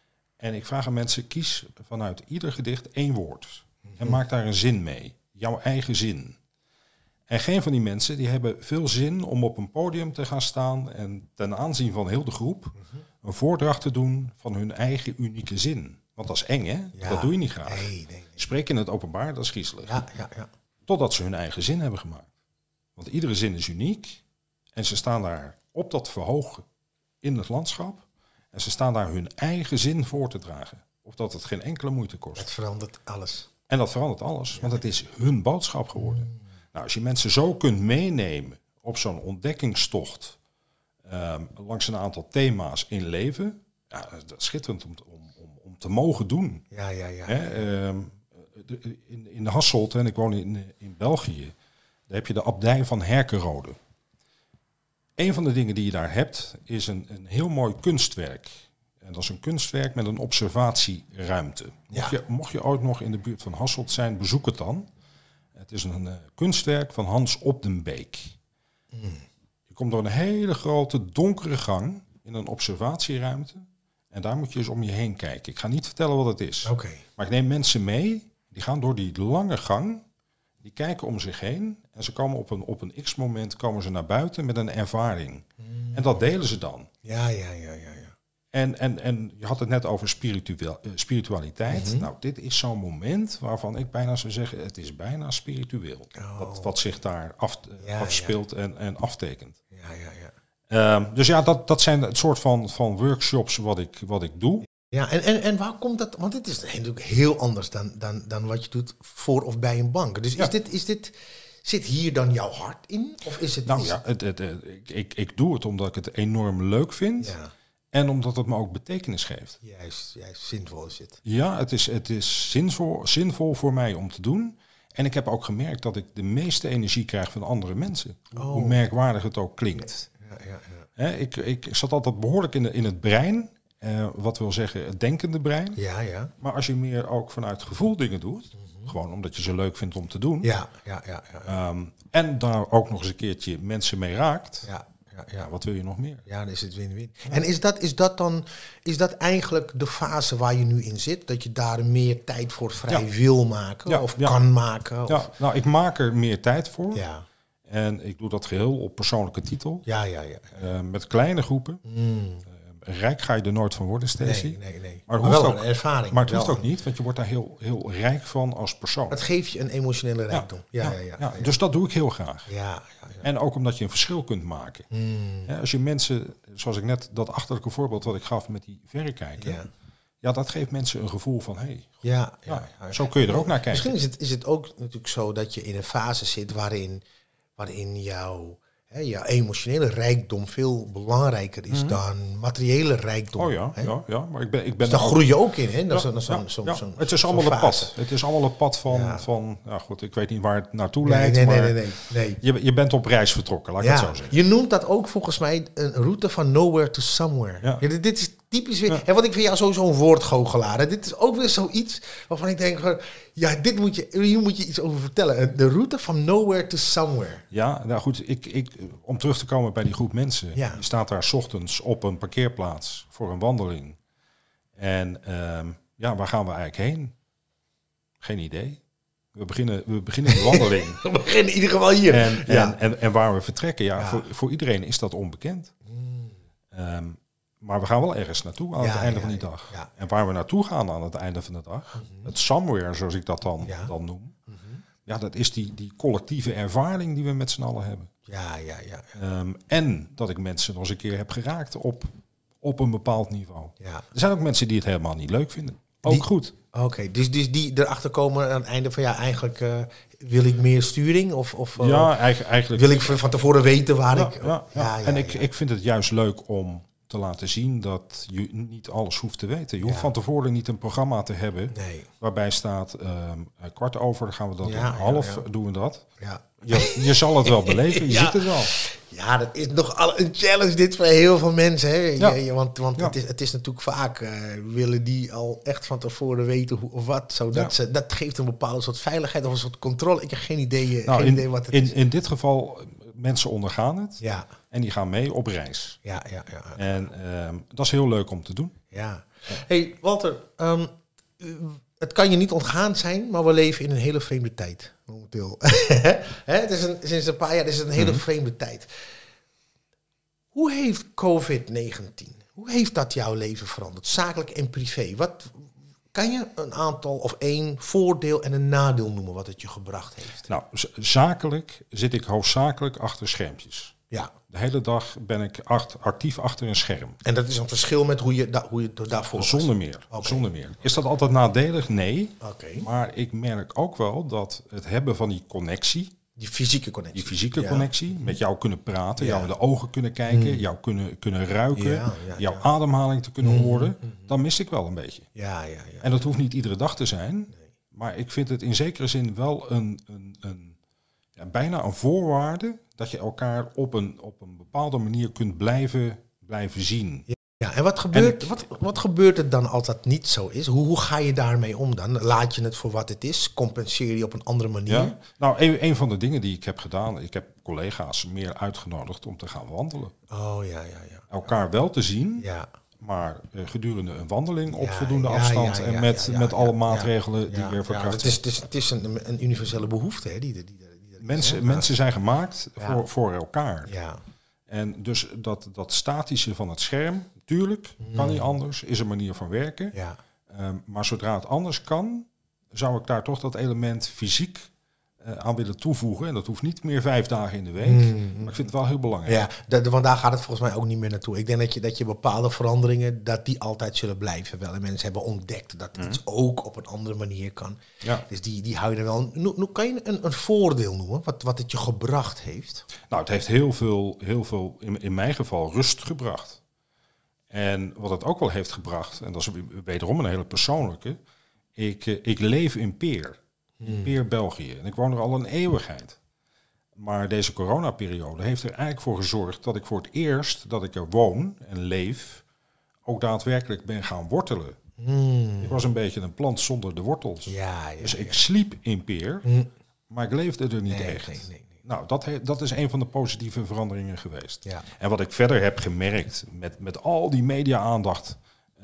En ik vraag aan mensen, kies vanuit ieder gedicht 1 woord. En maak daar een zin mee. Jouw eigen zin. En geen van die mensen die hebben veel zin om op een podium te gaan staan en ten aanzien van heel de groep een voordracht te doen van hun eigen unieke zin. Want dat is eng, hè? Ja. Dat doe je niet graag. Nee. Spreek in het openbaar, dat is griezelig. Ja. Totdat ze hun eigen zin hebben gemaakt. Want iedere zin is uniek. En ze staan daar op dat verhoog in het landschap. En ze staan daar hun eigen zin voor te dragen. Of dat het geen enkele moeite kost. Het verandert alles. En dat verandert alles, want het is hun boodschap geworden. Nou, als je mensen zo kunt meenemen op zo'n ontdekkingstocht langs een aantal thema's in leven, ja, dat is schitterend om te mogen doen. Ja. Hè, in de Hasselt, en ik woon in België, daar heb je de abdij van Herkenrode. Een van de dingen die je daar hebt, is een heel mooi kunstwerk. En dat is een kunstwerk met een observatieruimte. Mocht je ooit nog in de buurt van Hasselt zijn, bezoek het dan. Het is een kunstwerk van Hans Op den Beek. Je komt door een hele grote donkere gang in een observatieruimte. En daar moet je eens om je heen kijken. Ik ga niet vertellen wat het is. Oké. Maar ik neem mensen mee, die gaan door die lange gang. Die kijken om zich heen. En ze komen op een x-moment komen ze naar buiten met een ervaring. En dat delen ze dan. Ja. En je had het net over spiritualiteit. Nou, dit is zo'n moment waarvan ik bijna zou zeggen, het is bijna spiritueel. Wat zich daar afspeelt en aftekent. Ja. Dus ja, dat zijn het soort van workshops wat ik doe. Ja, en waar komt dat? Want dit is natuurlijk heel anders dan wat je doet voor of bij een bank. Dus zit hier dan jouw hart in? Of is het? Nou ja, ik doe het omdat ik het enorm leuk vind. Ja. En omdat het me ook betekenis geeft. Juist, zinvol is het. Ja, het is zinvol voor mij om te doen. En ik heb ook gemerkt dat ik de meeste energie krijg van andere mensen. Hoe merkwaardig het ook klinkt. Ja. Ik zat altijd behoorlijk in het brein. Wat wil zeggen, het denkende brein. Ja. Maar als je meer ook vanuit gevoel dingen doet. Gewoon omdat je ze leuk vindt om te doen. Ja. En daar ook nog eens een keertje mensen mee raakt. Ja. Wat wil je nog meer? Ja, dan is het win-win. En is dat eigenlijk de fase waar je nu in zit? Dat je daar meer tijd voor vrij wil maken of kan maken? Of? Ja, nou, ik maak er meer tijd voor. Ja. En ik doe dat geheel op persoonlijke titel. Ja. Met kleine groepen. Rijk ga je er nooit van worden, Stacey. Nee. Maar wel ook, een ervaring. Maar het hoeft ook niet, want je wordt daar heel rijk van als persoon. Het geeft je een emotionele rijkdom. Ja. Dus dat doe ik heel graag. Ja. En ook omdat je een verschil kunt maken. Als je mensen, zoals ik net dat achterlijke voorbeeld wat ik gaf met die verrekijker. Ja, dat geeft mensen een gevoel van, zo kun je er ook naar kijken. Misschien is het ook natuurlijk zo dat je in een fase zit waarin jouw emotionele rijkdom veel belangrijker is dan materiële rijkdom. Oh ja, maar ik ben dus daar groei je ook in, hè? Het is allemaal een pad. Het is allemaal een pad van goed, ik weet niet waar het naartoe leidt. Nee. Je bent op reis vertrokken, laat ik het zo zeggen. Je noemt dat ook volgens mij een route van nowhere to somewhere. Ja. Dit is typisch weer. En wat ik vind jou sowieso een woordgoochelaar. Hè? Dit is ook weer zoiets waarvan ik denk, hier moet je iets over vertellen. De route van nowhere to somewhere. Ja, nou goed, om terug te komen bij die groep mensen. Je staat daar 's ochtends op een parkeerplaats voor een wandeling. En waar gaan we eigenlijk heen? Geen idee. We beginnen de wandeling. We beginnen in ieder geval hier. En waar we vertrekken, voor iedereen is dat onbekend. Maar we gaan wel ergens naartoe aan het einde van die dag. Ja. En waar we naartoe gaan aan het einde van de dag, het somewhere zoals ik dat dan noem. Dat is die collectieve ervaring die we met z'n allen hebben. Ja. En dat ik mensen nog eens een keer heb geraakt op een bepaald niveau. Ja. Er zijn ook mensen die het helemaal niet leuk vinden. Ook goed. Oké, dus die erachter komen aan het einde van eigenlijk wil ik meer sturing? Of eigenlijk wil ik van tevoren weten waar ik... En ik vind het juist leuk om te laten zien dat je niet alles hoeft te weten. Je hoeft van tevoren niet een programma te hebben waarbij staat 15:15 gaan we dat doen, doen we dat. Ja. Je zal het wel beleven, je ziet het wel. Ja, dat is nogal een challenge dit voor heel veel mensen. Hè? Want het is natuurlijk vaak, willen die al echt van tevoren weten hoe of wat. Zodat dat geeft een bepaalde soort veiligheid of een soort controle. Ik heb geen idee wat het is. In dit geval, mensen ondergaan het. Ja. En die gaan mee op reis. Ja. En dat is heel leuk om te doen. ja. Hey Walter, het kan je niet ontgaan zijn, maar we leven in een hele vreemde tijd momenteel. Sinds een paar jaar is het een hele vreemde tijd. Hoe heeft COVID-19, hoe heeft dat jouw leven veranderd, zakelijk en privé? Kan je een aantal of één voordeel en een nadeel noemen wat het je gebracht heeft? Nou, zakelijk zit ik hoofdzakelijk achter schermpjes. Ja. De hele dag ben ik actief achter een scherm. En dat is een verschil met hoe je daarvoor was? Zonder meer. Okay. Zonder meer. Is dat altijd nadelig? Nee. Okay. Maar ik merk ook wel dat het hebben van die connectie... Die fysieke connectie, met jou kunnen praten, jou in de ogen kunnen kijken, jou kunnen ruiken, jouw ademhaling te kunnen horen, dan mis ik wel een beetje. Ja. En dat hoeft niet iedere dag te zijn, maar ik vind het in zekere zin wel bijna een voorwaarde dat je elkaar op een bepaalde manier kunt blijven zien. Ja, en wat gebeurt er dan als dat niet zo is? Hoe ga je daarmee om dan? Laat je het voor wat het is? Compenseer je op een andere manier? Ja. Nou, een van de dingen die ik heb gedaan, ik heb collega's meer uitgenodigd om te gaan wandelen. Oh, ja. Elkaar wel te zien, maar gedurende een wandeling op voldoende afstand en met alle maatregelen die weer verkrachten. Het is een universele behoefte, hè? Mensen zijn gemaakt voor elkaar. Ja. En dus dat statische van het scherm, tuurlijk, kan niet anders, is een manier van werken. Ja. Maar zodra het anders kan, zou ik daar toch dat element fysiek aan willen toevoegen. En dat hoeft niet meer 5 dagen in de week. Maar ik vind het wel heel belangrijk. Ja, want daar gaat het volgens mij ook niet meer naartoe. Ik denk dat je bepaalde veranderingen, dat die altijd zullen blijven. Wel. En mensen hebben ontdekt dat het ook op een andere manier kan. Ja. Dus die hou je er wel. Kan je een voordeel noemen, wat het je gebracht heeft? Nou, het heeft heel veel in mijn geval rust gebracht. En wat het ook wel heeft gebracht, en dat is wederom een hele persoonlijke. Ik leef in Peer. Peer, België. En ik woon er al een eeuwigheid. Maar deze coronaperiode heeft er eigenlijk voor gezorgd dat ik voor het eerst dat ik er woon en leef, ook daadwerkelijk ben gaan wortelen. Ik was een beetje een plant zonder de wortels. Dus ik sliep in Peer, maar ik leefde er niet echt. Nee. Nou, dat is een van de positieve veranderingen geweest. Ja. En wat ik verder heb gemerkt met al die media-aandacht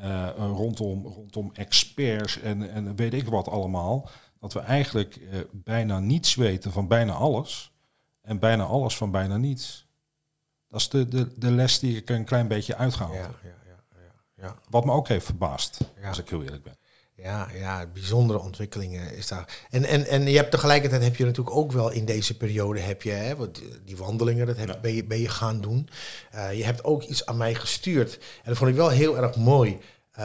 rondom experts en weet ik wat allemaal, dat we eigenlijk bijna niets weten van bijna alles en bijna alles van bijna niets. Dat is de les die ik er een klein beetje uitgehaald heb. Ja. Wat me ook heeft verbaasd, als ik heel eerlijk ben. Ja, bijzondere ontwikkelingen is daar. En je hebt tegelijkertijd heb je natuurlijk ook wel in deze periode heb je die wandelingen, ben je gaan doen. Je hebt ook iets aan mij gestuurd. En dat vond ik wel heel erg mooi.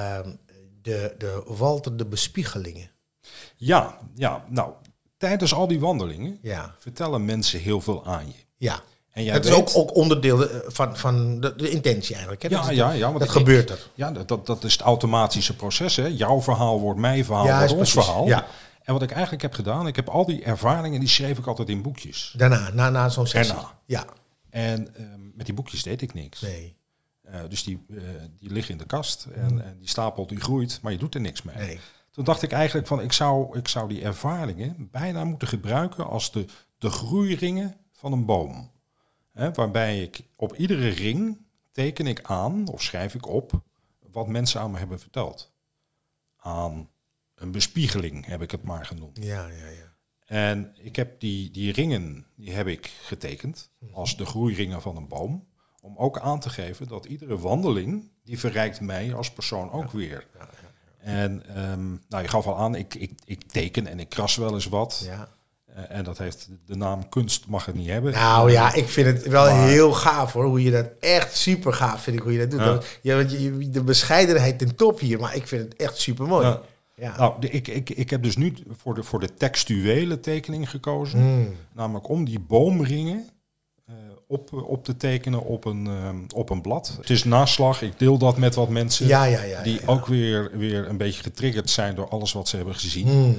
De Walter de bespiegelingen. Ja, nou, tijdens al die wandelingen vertellen mensen heel veel aan je. Ja. En het is ook onderdeel van de intentie eigenlijk. Hè? Ja, dat gebeurt er. Ja, dat is het automatische proces. Hè? Jouw verhaal wordt mijn verhaal, wordt ons verhaal. Ja. En wat ik eigenlijk heb gedaan, ik heb al die ervaringen, die schreef ik altijd in boekjes. Daarna, na zo'n sessie. Ja. En met die boekjes deed ik niks. Nee. Dus die liggen in de kast en die stapel die groeit, maar je doet er niks mee. Nee. Toen dacht ik eigenlijk van, ik zou die ervaringen bijna moeten gebruiken als de groeiringen van een boom. Waarbij ik op iedere ring teken ik aan of schrijf ik op wat mensen aan me hebben verteld. Aan een bespiegeling heb ik het maar genoemd. Ja. En ik heb die ringen, die heb ik getekend als de groeiringen van een boom. Om ook aan te geven dat iedere wandeling, die verrijkt mij als persoon ook weer. Ja. En je gaf al aan, ik teken en ik kras wel eens wat. Ja. En dat heeft de naam kunst mag het niet hebben. Nou ja, ik vind het wel heel gaaf hoor. Hoe je dat echt super gaaf vind ik hoe je dat doet. Ja. De bescheidenheid ten top hier, maar ik vind het echt super mooi. Ja. Nou, ik heb dus nu voor de textuele tekening gekozen. Namelijk om die boomringen op te tekenen op een blad. Het is naslag, ik deel dat met wat mensen die ook weer een beetje getriggerd zijn door alles wat ze hebben gezien.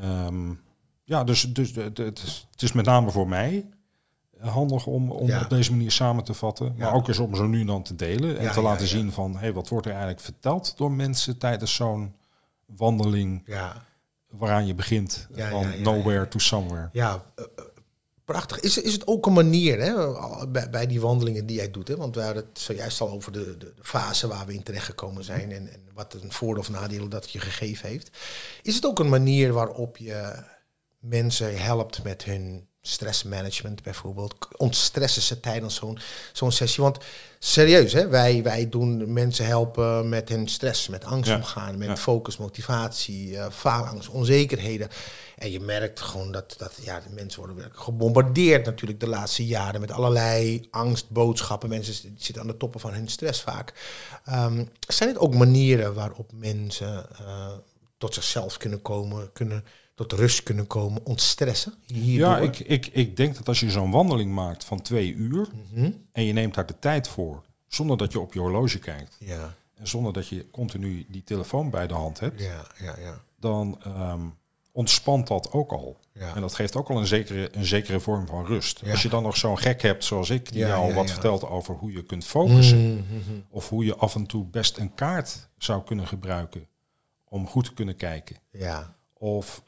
Dus het is met name voor mij handig om op deze manier samen te vatten. Maar ook eens om zo nu en dan te delen. En te laten zien van, wat wordt er eigenlijk verteld door mensen tijdens zo'n wandeling. Ja. Waaraan je begint. Van nowhere to somewhere. Ja, Prachtig. Is het ook een manier, hè, bij die wandelingen die jij doet? Hè? Want we hadden het zojuist al over de fase waar we in terechtgekomen zijn en wat een voordeel of nadeel dat je gegeven heeft. Is het ook een manier waarop je mensen helpt met hun stressmanagement bijvoorbeeld? Ontstressen ze tijdens zo'n sessie? Want serieus, hè, wij doen mensen helpen met hun stress, met angst omgaan, met focus, motivatie, faalangst, onzekerheden. En je merkt gewoon dat de mensen worden gebombardeerd natuurlijk de laatste jaren met allerlei angstboodschappen. Mensen zitten aan de toppen van hun stress vaak. Zijn het ook manieren waarop mensen tot zichzelf kunnen komen, tot rust kunnen komen, ontstressen hierdoor? Ja, ik denk dat als je zo'n wandeling maakt van 2 uur en je neemt daar de tijd voor, zonder dat je op je horloge kijkt en zonder dat je continu die telefoon bij de hand hebt, dan ontspant dat ook al. Ja. En dat geeft ook al een zekere vorm van rust. Ja. Als je dan nog zo'n gek hebt zoals ik, die jou wat vertelt over hoe je kunt focussen, of hoe je af en toe best een kaart zou kunnen gebruiken om goed te kunnen kijken. Ja. Of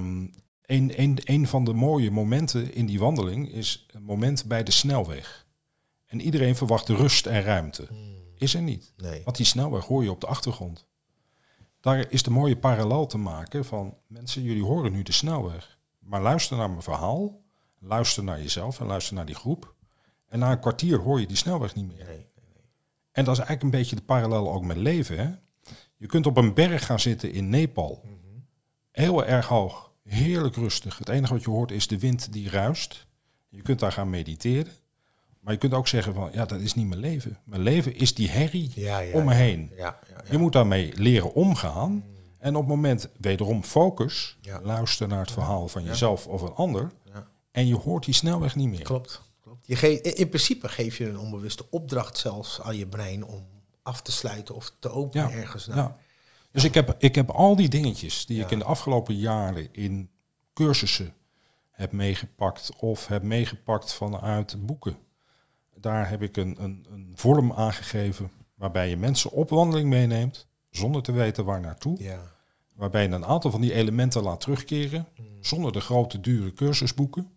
een van de mooie momenten in die wandeling is een moment bij de snelweg. En iedereen verwacht rust en ruimte. Is er niet. Nee. Want die snelweg hoor je op de achtergrond. Daar is de mooie parallel te maken van, mensen, jullie horen nu de snelweg. Maar luister naar mijn verhaal, luister naar jezelf en luister naar die groep. En na een kwartier hoor je die snelweg niet meer. Nee. En dat is eigenlijk een beetje de parallel ook met leven. Hè? Je kunt op een berg gaan zitten in Nepal. Heel erg hoog, heerlijk rustig. Het enige wat je hoort is de wind die ruist. Je kunt daar gaan mediteren. Maar je kunt ook zeggen van, dat is niet mijn leven. Mijn leven is die herrie om me heen. Ja. Je moet daarmee leren omgaan. En op het moment, wederom focus, luister naar het verhaal van jezelf of een ander. Ja. En je hoort die snelweg niet meer. Klopt. In principe geef je een onbewuste opdracht zelfs aan je brein om af te sluiten of te openen ergens naar. Ja. Dus ik heb al die dingetjes die ik in de afgelopen jaren in cursussen heb meegepakt of heb meegepakt vanuit boeken. Daar heb ik een vorm aangegeven waarbij je mensen op wandeling meeneemt, zonder te weten waar naartoe. Ja. Waarbij je een aantal van die elementen laat terugkeren, zonder de grote dure cursusboeken.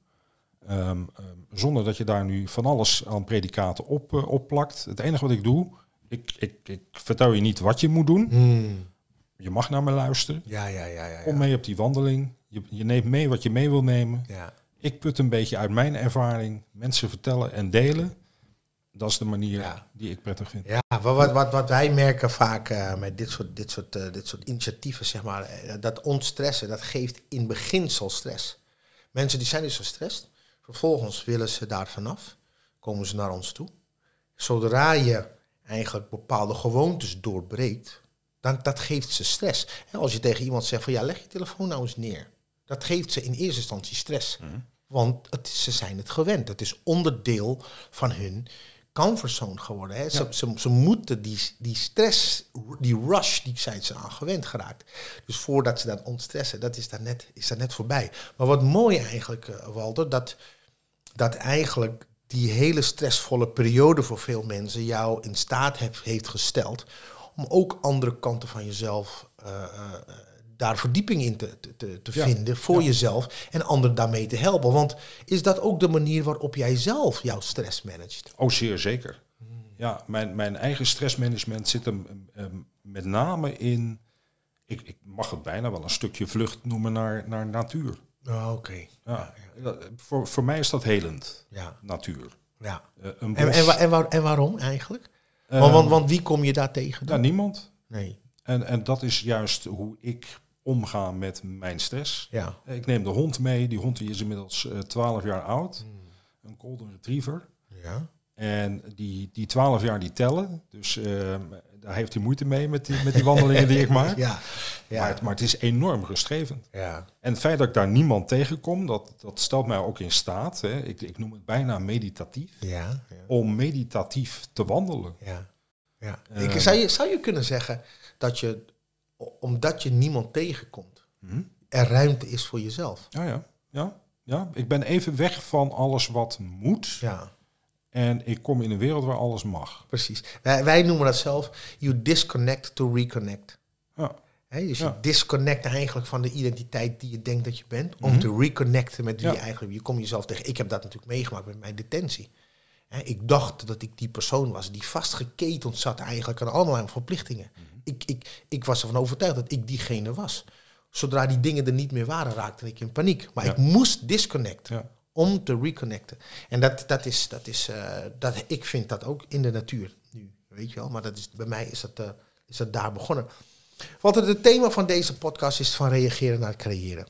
Zonder dat je daar nu van alles aan predicaten op plakt. Het enige wat ik doe, ik vertel je niet wat je moet doen. Je mag naar me luisteren. Ja. Kom mee op die wandeling. Je neemt mee wat je mee wil nemen. Ja. Ik put een beetje uit mijn ervaring. Mensen vertellen en delen. Dat is de manier die ik prettig vind. Ja, wat wij merken vaak met dit soort initiatieven, zeg maar, dat ontstressen, dat geeft in beginsel stress. Mensen die zijn dus gestrest. Vervolgens willen ze daar vanaf. Komen ze naar ons toe. Zodra je eigenlijk bepaalde gewoontes doorbreekt, dan dat geeft ze stress. En als je tegen iemand zegt van leg je telefoon nou eens neer. Dat geeft ze in eerste instantie stress. Want ze zijn het gewend. Het is onderdeel van hun comfortzone geworden. Hè. Ja. Ze moeten die stress, die rush, die zijn ze aan gewend geraakt. Dus voordat ze dat ontstressen, dat is dat net voorbij. Maar wat mooi eigenlijk, Walter, dat eigenlijk die hele stressvolle periode voor veel mensen jou in staat heeft gesteld om ook andere kanten van jezelf daar verdieping in te vinden voor jezelf en anderen daarmee te helpen. Want is dat ook de manier waarop jij zelf jouw stress managt? Oh, zeer zeker. Ja, mijn eigen stressmanagement zit hem met name in, ik mag het bijna wel een stukje vlucht noemen naar natuur. Oh, oké. Ja. Voor mij is dat helend, natuur. Ja. En waarom eigenlijk? Want wie kom je daar tegen? Nou, niemand. Nee. En dat is juist hoe ik omga met mijn stress. Ja. Ik neem de hond mee. Die hond die is inmiddels 12 jaar oud. Een golden retriever. Ja. En die 12 jaar die tellen. Dus daar heeft hij moeite mee met die wandelingen die ik maak. Ja. Maar het is enorm rustgevend. Ja. En het feit dat ik daar niemand tegenkom, dat stelt mij ook in staat. Hè. Ik noem het bijna meditatief. Ja. Om meditatief te wandelen. Ja. Zou je kunnen zeggen dat je, omdat je niemand tegenkomt, er ruimte is voor jezelf? Ja. Ik ben even weg van alles wat moet. Ja. En ik kom in een wereld waar alles mag. Precies. Wij noemen dat zelf, you disconnect to reconnect. Ja. Dus je disconnect eigenlijk van de identiteit die je denkt dat je bent. Om te reconnecten met wie je eigenlijk... Je komt jezelf tegen. Ik heb dat natuurlijk meegemaakt met mijn detentie. Ik dacht dat ik die persoon was die vastgeketend zat eigenlijk aan allemaal verplichtingen. Ik was ervan overtuigd dat ik diegene was. Zodra die dingen er niet meer waren, raakte ik in paniek. Maar ik moest disconnecten om te reconnecten. En ik vind dat ook in de natuur nu, weet je wel. Maar bij mij is dat daar begonnen. Want het thema van deze podcast is van reageren naar creëren.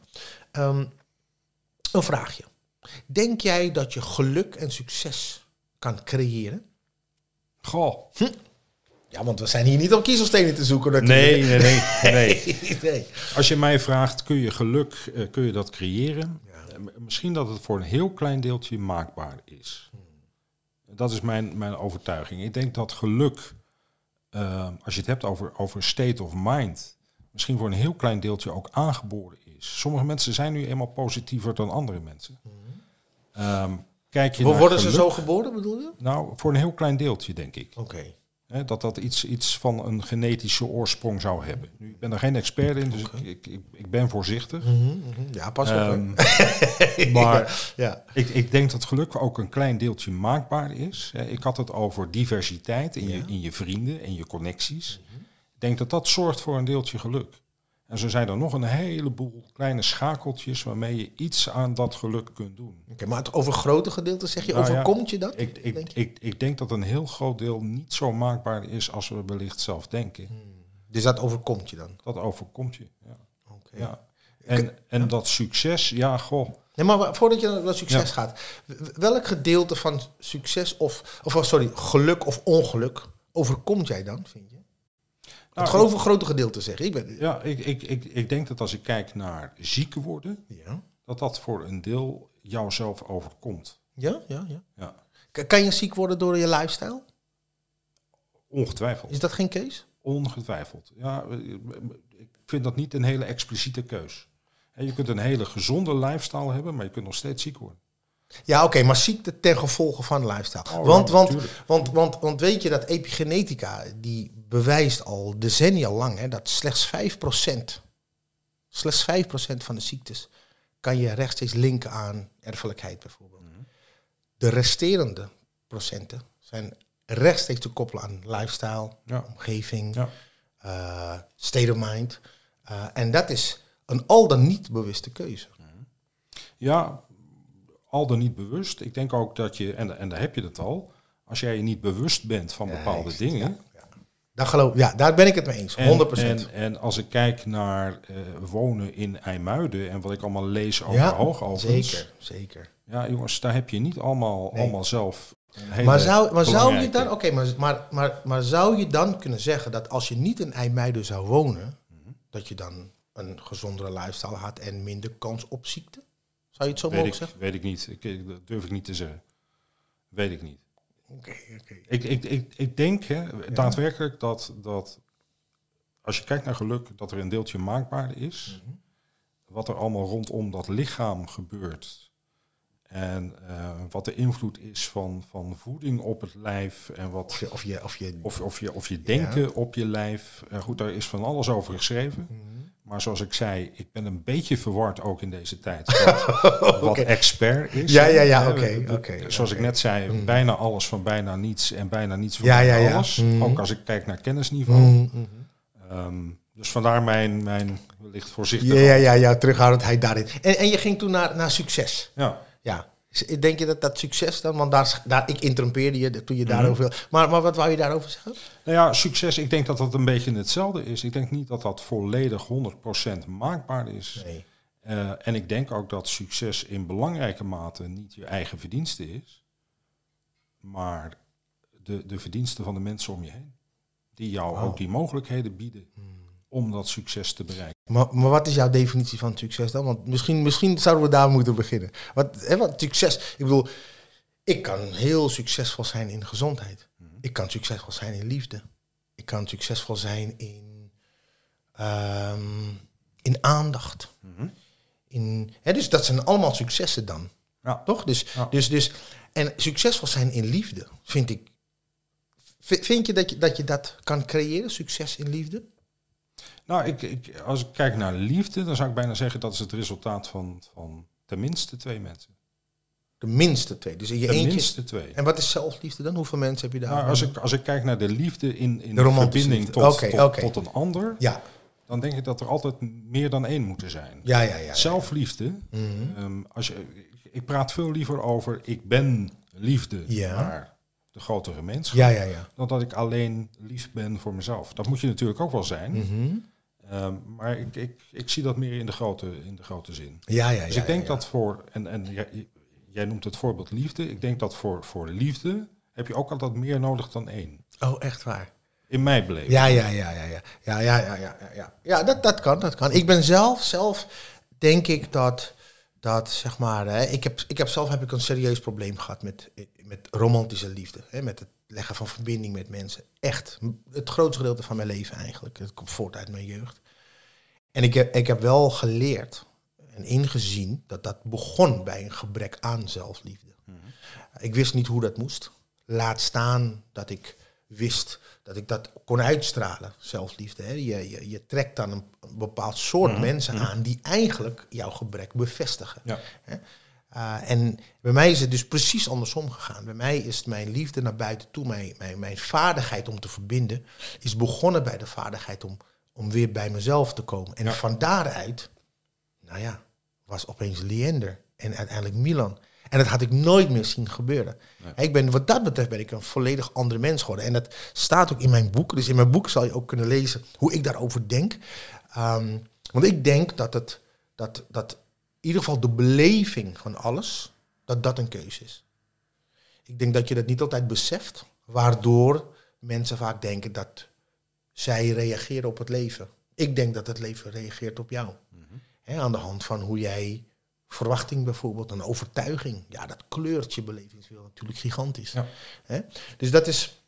Een vraagje. Denk jij dat je geluk en succes kan creëren? Goh. Ja, want we zijn hier niet om kiezelstenen te zoeken. Nee. Als je mij vraagt, kun je geluk, kun je dat creëren? Ja. Misschien dat het voor een heel klein deeltje maakbaar is. Dat is mijn overtuiging. Ik denk dat geluk, als je het hebt over state of mind, misschien voor een heel klein deeltje ook aangeboren is. Sommige mensen zijn nu eenmaal positiever dan andere mensen. Kijk je naar worden geluk, ze zo geboren, bedoel je? Nou, voor een heel klein deeltje, denk ik. Oké. Dat iets van een genetische oorsprong zou hebben. Nu, ik ben er geen expert in, dus ik ben voorzichtig. Ja, pas op. Maar ik denk dat geluk ook een klein deeltje maakbaar is. Ik had het over diversiteit in je vrienden en je connecties. Ik denk dat dat zorgt voor een deeltje geluk. En zo zijn er nog een heleboel kleine schakeltjes waarmee je iets aan dat geluk kunt doen. Oké, maar het over grote gedeelten zeg je, overkomt je dat? Ik denk dat een heel groot deel niet zo maakbaar is als we wellicht zelf denken. Dus dat overkomt je dan? Dat overkomt je, ja. Okay. Ja. En dat succes, Nee, maar voordat je naar dat succes gaat, welk gedeelte van succes geluk of ongeluk overkomt jij dan, vind je? Het grote gedeelte zeg ik. Ik denk dat als ik kijk naar ziek worden, dat voor een deel jouzelf overkomt. Ja. Kan je ziek worden door je lifestyle? Ongetwijfeld. Is dat geen keus? Ongetwijfeld. Ja, ik vind dat niet een hele expliciete keus. Je kunt een hele gezonde lifestyle hebben, maar je kunt nog steeds ziek worden. Ja, oké, maar ziekte ten gevolge van lifestyle. Want weet je dat epigenetica, die bewijst al decennia lang dat slechts 5% van de ziektes kan je rechtstreeks linken aan erfelijkheid bijvoorbeeld. De resterende procenten zijn rechtstreeks te koppelen aan lifestyle, omgeving, state of mind. En dat is een al dan niet bewuste keuze. Ja, al dan niet bewust. Ik denk ook dat je, en daar heb je het al, als jij je niet bewust bent van bepaalde dingen. Daar ben ik het mee eens, 100%. En als ik kijk naar wonen in IJmuiden en wat ik allemaal lees over hoogovens. Zeker. Ja, jongens, daar heb je niet allemaal zelf. Maar zou je dan, maar zou je dan kunnen zeggen dat als je niet in IJmuiden zou wonen, dat je dan een gezondere lifestyle had en minder kans op ziekte? Zou je het zo mogen zeggen? Weet ik niet. Dat durf ik niet te zeggen. Weet ik niet. Oké. Ik denk daadwerkelijk dat als je kijkt naar geluk, dat er een deeltje maakbaar is. Wat er allemaal rondom dat lichaam gebeurt. En wat de invloed is van voeding op het lijf. En wat of je denken op je lijf. Goed, daar is van alles over geschreven. Maar zoals ik zei, ik ben een beetje verward ook in deze tijd. Wat expert is. Oké. Zoals ik net zei, bijna alles van bijna niets en bijna niets van bijna alles. Ook als ik kijk naar kennisniveau. Dus vandaar mijn wellicht voorzichtig. Ja, terughoudendheid daarin. En je ging toen naar succes. Ja. Denk je dat succes dan, want ik interrumpeerde je toen je daarover... Maar wat wou je daarover zeggen? Nou ja, succes, ik denk dat dat een beetje hetzelfde is. Ik denk niet dat dat volledig 100% maakbaar is. Nee. En ik denk ook dat succes in belangrijke mate niet je eigen verdienste is, maar de verdiensten van de mensen om je heen. Die jou ook die mogelijkheden bieden om dat succes te bereiken. Maar wat is jouw definitie van succes dan? Want misschien zouden we daar moeten beginnen. Wat succes? Ik bedoel, ik kan heel succesvol zijn in gezondheid. Ik kan succesvol zijn in liefde. Ik kan succesvol zijn in aandacht. Dus dat zijn allemaal successen dan. Ja. Toch? Dus, en succesvol zijn in liefde, vind ik. Vind je dat je dat kan creëren, succes in liefde? Nou, als ik kijk naar liefde, dan zou ik bijna zeggen dat is het resultaat van tenminste 2 mensen. De minste 2. Dus in je eentje. Minste 2. En wat is zelfliefde dan? Hoeveel mensen heb je daar? Nou, als ik kijk naar de liefde in de verbinding liefde. tot een ander, ja. Dan denk ik dat er altijd meer dan 1 moeten zijn. Ja. Zelfliefde. Ik praat veel liever over ik ben liefde naar de grote gemeenschap. Ja. Dan dat ik alleen lief ben voor mezelf. Dat moet je natuurlijk ook wel zijn. Maar ik zie dat meer in de grote zin. Dus ik denk dat voor... En jij noemt het voorbeeld liefde. Ik denk dat voor liefde heb je ook altijd meer nodig dan 1. Oh, echt waar? In mijn beleving. Ja, dat kan. Ik ben zelf denk ik dat zeg maar... Ik heb zelf een serieus probleem gehad met romantische liefde. Met het leggen van verbinding met mensen. Echt. Het grootste gedeelte van mijn leven eigenlijk. Het komt voort uit mijn jeugd. En ik heb wel geleerd en ingezien dat begon bij een gebrek aan zelfliefde. Ik wist niet hoe dat moest. Laat staan dat ik wist dat ik dat kon uitstralen, zelfliefde. Hè. Je trekt dan een bepaald soort mensen aan die eigenlijk jouw gebrek bevestigen. Ja. Hè. En bij mij is het dus precies andersom gegaan. Bij mij is mijn liefde naar buiten toe, mijn vaardigheid om te verbinden, is begonnen bij de vaardigheid om weer bij mezelf te komen. En van daaruit, was opeens Leander en uiteindelijk Milan. En dat had ik nooit meer zien gebeuren. Nee. Wat dat betreft ben ik een volledig andere mens geworden. En dat staat ook in mijn boek. Dus in mijn boek zal je ook kunnen lezen hoe ik daarover denk. Want ik denk dat in ieder geval de beleving van alles, dat een keuze is. Ik denk dat je dat niet altijd beseft, waardoor mensen vaak denken dat zij reageren op het leven. Ik denk dat het leven reageert op jou. Aan de hand van hoe jij verwachting bijvoorbeeld, een overtuiging. Ja, dat kleurt je belevingswereld natuurlijk gigantisch. Ja. Dus dat is...